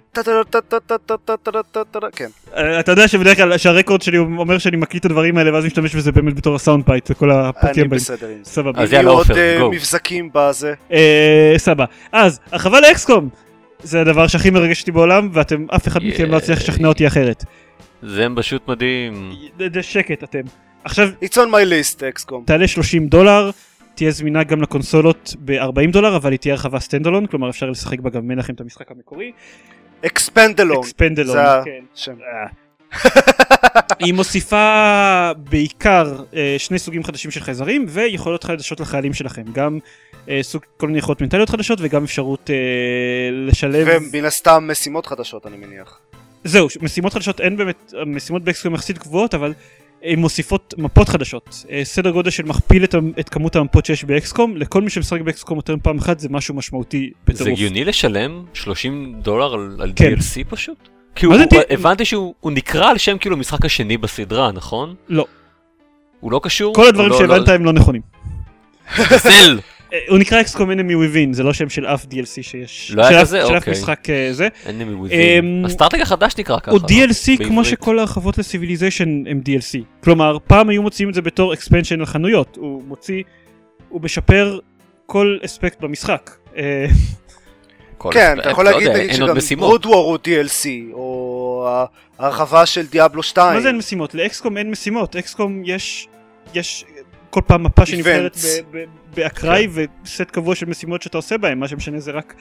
כן. אתה יודע שבדרך כלל שהרקורד שלי אומר שאני מקליט את הדברים האלה ואז משתמש בזה באמת בתור הסאונד בייט וכל הפרקים בהם. אני בסדר עם זה. סבבה. אז יאללה אופר, יהיו עוד מבזקים בזה. סבבה. אז, הרחבה לאקסקום. זה הדבר שהכי מרגש אותי בעולם, ואתם, אף אחד מכם לא צריך לשכנע אותי אחרת. זה פשוט מדהים. זה שקט אתם. עכשיו... It's on my list, XCOM. תעלה $30, תהיה זמינה גם לקונסולות $40, אבל היא תהיה הרחבה סטנדלון, כלומר אפשר לשחק בה גם לכם את המשחק המקורי. אקספנדלון. אקספנדלון, כן. שם. היא מוסיפה בעיקר 2 סוגים חדשים של חייזרים, ויכולות חדשות לחיילים שלכם. גם סוג כל מיני יכולות מנטליות חדשות, וגם אפשרות לשלב... ומן הסתם משימות חדשות, אני מניח. זהו, משימות חדשות אין באמת, משימות באקסקום יחסית גבוהות, אבל הן מוסיפות מפות חדשות. סדר גודל של מכפיל את כמות המפות שיש באקסקום, לכל מי שמשחק באקסקום יותר פעם אחת, זה משהו משמעותי בטירוף. זה הגיוני לשלם $30 על כן. DLC פשוט? כי הבנתי שהוא נקרא על שם כאילו המשחק השני בסדרה, נכון? לא. הוא לא קשור? כל הדברים שהבנת הם לא נכונים. גזל! הוא נקרא XCOM Enemy Within, זה לא שם של אף DLC שיש. לא היה כזה? של אף אוקיי. משחק זה. Enemy Within. הסטארטק החדש נקרא ככה. הוא DLC כמו שכל הרחבות לסיביליזיישן הם DLC. כלומר, פעם היו מוציאים את זה בתור expansion לחנויות. הוא משפר כל אספקט במשחק. כן, אתה יכול להגיד שגם Brood War הוא DLC, או הרחבה של דיאבלו 2. מה זה אין משימות? לאקסקום אין משימות. אקסקום יש כל פעם מפה שנבחרת באקראי וסט קבוע של משימות שאתה עושה בהם. מה שמשנה זה רק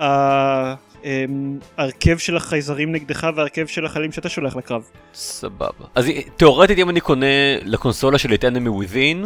הרכב של החייזרים נגדך והרכב של החיילים שאתה שולח לקרב. סבבה. אז תיאורטית אם אני קונה לקונסולה שלי את Enemy Within,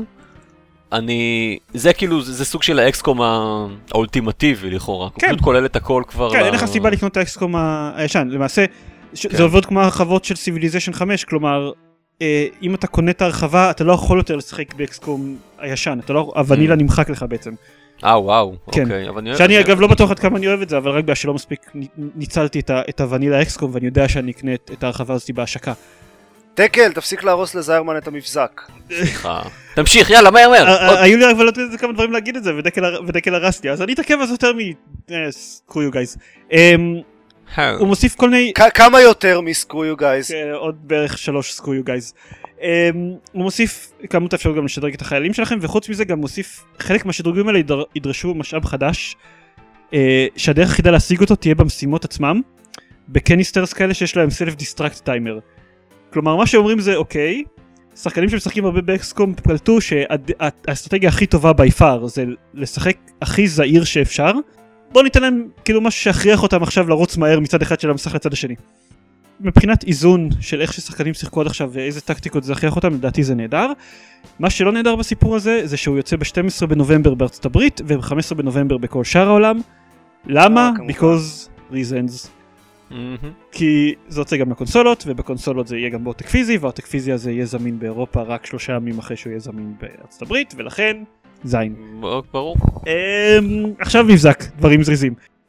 זה כאילו, זה סוג של האקסקום האולטימטיבי לכאורה. הוא פשוט כולל את הכל כבר... כן, אין לך סיבה לקנות את האקסקום הישן. למעשה, זה עובד כמו הרחבות של Civilization 5, כלומר, אם אתה קונה את הרחבה, אתה לא יכול יותר לשחק באקסקום הישן. הוונילה נמחק לך בעצם. וואו, כן. אוקיי. שאני אגב לא בטוח עד כמה אני אוהב את זה, אבל רק שלא מספיק ניצלתי את הוונילה אקסקום, ואני יודע שאני אקנה את הרחבה הזאת בהשקה. תקל, תפסיק להרוס לזיירמן את המבזק. תמשיך, יאללה, מהר. היו לי אבל עוד כמה דברים להגיד את זה, ודקל הרס לי, אז אני אתעכב אז יותר screw you guys. הוא מוסיף כל מיני... כמה יותר מ-screw you guys? עוד בערך 3 screw you guys. הוא מוסיף כמות האפשרות גם לשדרג את החיילים שלכם, וחוץ מזה גם מוסיף, חלק מהשדרגים האלה ידרשו משאב חדש, שהדרך היחידה להשיג אותו תהיה במשימות עצמם, בקניסטרס כאלה שיש להם self-destruct timer. כלומר, מה שאומרים זה, אוקיי, שחקנים שמשחקים הרבה באקסקום קלטו שהאסטרטגיה הכי טובה ביפר זה לשחק הכי זהיר שאפשר. בוא ניתן להם כאילו משהו שיכריח אותם עכשיו לרוץ מהר מצד אחד של המסך לצד השני. מבחינת איזון של איך ששחקנים שיחקו עד עכשיו ואיזה טקטיקות זה יכריח אותם, לדעתי זה נהדר. מה שלא נהדר בסיפור הזה זה שהוא יוצא ב-12 בנובמבר בארצות הברית וב-15 בנובמבר בכל שאר העולם. למה? Because reasons. כי זה יוצא גם לקונסולות, ובקונסולות זה יהיה גם בעותק פיזי, והעותק פיזי הזה יהיה זמין באירופה רק 3 ימים אחרי שהוא יהיה זמין בארצות הברית, ולכן זין. ברור. עכשיו מבזק, דברים זריזים.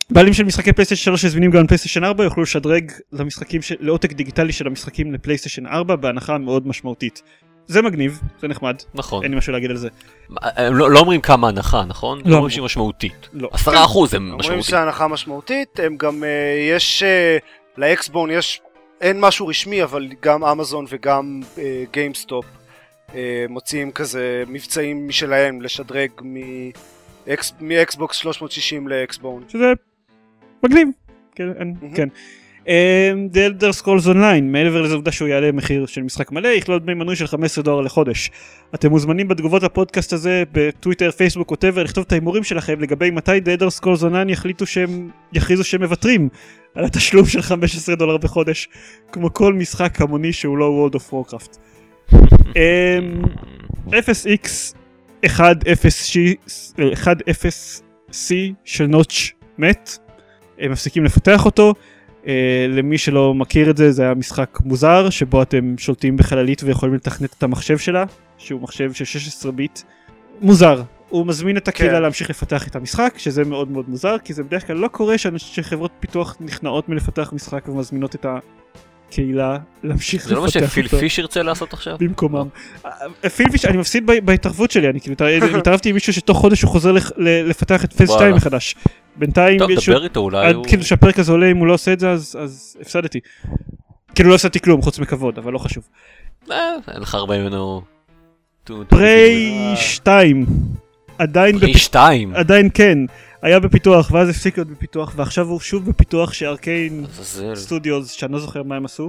בעלים של משחקי פלייסטיישן 3 שזמינים גם פלייסטיישן 4 יוכלו לשדרג לעותק דיגיטלי של המשחקים לפלייסטיישן 4 בהנחה מאוד משמעותית. זה מגניב, זה נחמד. נכון. אין לי משהו להגיד על זה. הם לא אומרים כמה הנחה, נכון? לא אומרים שהיא משמעותית. 10% הם משמעותית. אומרים שההנחה משמעותית, הם גם יש, לאקסבון אין משהו רשמי, אבל גם אמזון וגם גיימסטופ מוציאים כזה מבצעים משלהם לשדרג מאקסבוקס 360 לאקסבון. שזה מגניב. כן. The Elder Scrolls Online, מעבר לזה עובדה שהוא יעלה מחיר של משחק מלא, יכלול דמי מנוי של $15 לחודש. אתם מוזמנים בתגובות לפודקאסט הזה, בטוויטר, פייסבוק, ווטאבר, לכתוב את ההימורים שלכם לגבי מתי The Elder Scrolls Online יכריזו שהם מוותרים על התשלום של $15 בחודש, כמו כל משחק המוני שהוא לא World of Warcraft. 0x10C של נוטש מת, הם מפסיקים לפתח אותו. למי שלא מכיר את זה, זה היה משחק מוזר שבו אתם שולטים בחללית ויכולים לתכנת את המחשב שלה, שהוא מחשב של 16 ביט. מוזר. הוא מזמין את הקהילה להמשיך לפתח את המשחק, שזה מאוד מאוד מוזר, כי זה בדרך כלל לא קורה שחברות פיתוח נכנעות מלפתח משחק ומזמינות את הקהילה להמשיך לפתח אותו. זה לא מה שפיל פישר רוצה לעשות עכשיו? במקומם. פיל פישר, אני מפסיד בהתערבות שלי, אני כאילו התערבתי עם מישהו שתוך חודש הוא חוזר לפתח את פייס 2 מחדש. בינתיים, טוב, דבר איתו, אולי הוא... כאילו שהפרק הזה עולה, אם הוא לא עושה את זה, אז הפסדתי. כאילו לא עשיתי כלום, חוץ מכבוד, אבל לא חשוב. אין לך הרבה ממנו... פריי 2. פריי 2? עדיין כן. היה בפיתוח, ואז הפסיק להיות בפיתוח, ועכשיו הוא שוב בפיתוח שארקיין סטודיוס, שאני לא זוכר מה הם עשו.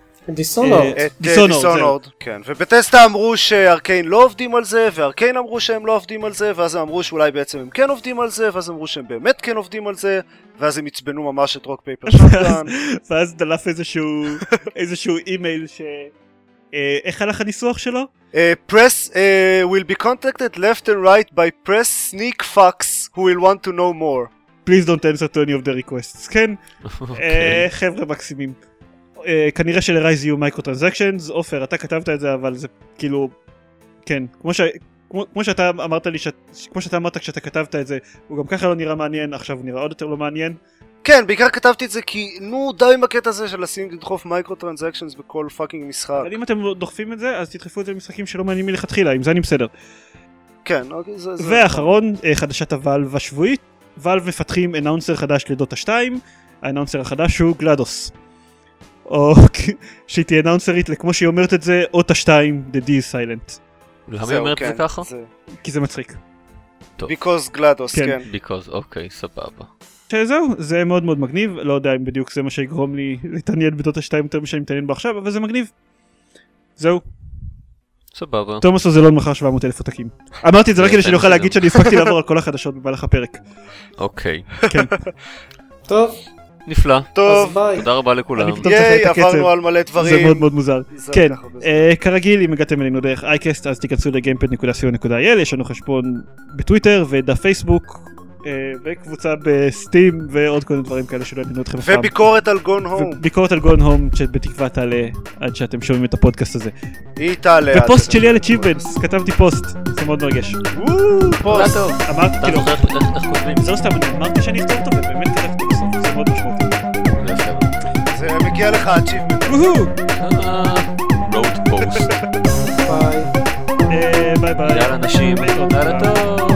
דיסונורד, כן. ובטסטה אמרו שארקיין לא עובדים על זה, וארקיין אמרו שהם לא עובדים על זה, ואז הם אמרו שאולי בעצם הם כן עובדים על זה, ואז אמרו שהם באמת כן עובדים על זה, ואז הם הצבנו ממש את רוק פייפר שוטגן. ואז דלף איזשהו אימייל ש... איך הלך הניסוח שלו? Press will be contacted left and right by press sneak fucks who will want to know more. Please don't answer to any of the requests. כן? חבר'ה מקסימים. כנראה שלרייז יהיו מייקרו טרנזקשנס. אופר, אתה כתבת את זה, אבל זה כאילו... כן, כמו שאתה אמרת לי, כמו שאתה אמרת כשאתה כתבת את זה, הוא גם ככה לא נראה מעניין, עכשיו הוא נראה עוד יותר לא מעניין. כן, בעיקר כתבתי את זה כי, די עם הקטע הזה של לשים לדחוף מייקרו טרנזקשנס בכל פאקינג משחק. אבל אם אתם דוחפים את זה, אז תדחפו את זה במשחקים שלא מעניינים מלכתחילה, עם זה אני בסדר. כן, אוקיי, זה... ואחרון, חדשת הוואלב השבועית, וואלב מפתחים אנאונסר חדש לדוטה 2, האנאונסר החדש הוא גלדוס. או שהיא תהיה אנאונסרית, כמו שהיא אומרת את זה, אותה 2, the D is silent. למה היא אומרת את זה ככה? כי זה מצחיק. Because גלדוס, כן. Because, אוקיי, סבבה. שזהו, זה מאוד מאוד מגניב, לא יודע אם בדיוק זה מה שיגרום לי להתעניין בדוטה 2 יותר משאני מתעניין בה עכשיו, אבל זה מגניב. זהו. סבבה. תומאס אוזלון מכר 700,000 עותקים. אמרתי את זה רק כדי שאני אוכל להגיד שאני הספקתי לעבור על כל החדשות במהלך הפרק. אוקיי. כן. טוב. נפלא. טוב. תודה רבה לכולם. ייי, עברנו על מלא דברים. זה מאוד מאוד מוזר. כן, כרגיל, אם הגעתם אלינו דרך iCast, אז תיכנסו לגיימפד.co.il, יש לנו חשבון בטוויטר ודף פייסבוק, וקבוצה בסטים ועוד כל מיני דברים כאלה שלא עניינו אתכם פעם. וביקורת על גון הום. וביקורת על גון הום שבתקווה תעלה עד שאתם שומעים את הפודקאסט הזה. היא תעלה. ופוסט שלי על אצ'יבמנטס, כתבתי פוסט, זה מאוד מרגש. פוסט. אמרתי אתה זוכר איך כותבים? זה לא סתם, אמרתי שאני אכתוב אותו ובאמת כתבתי בסוף, זה מאוד משמעותי. זה מגיע לך אצ'יבמנט. road post. ביי ביי. יאללה אנשים, לילה טוב.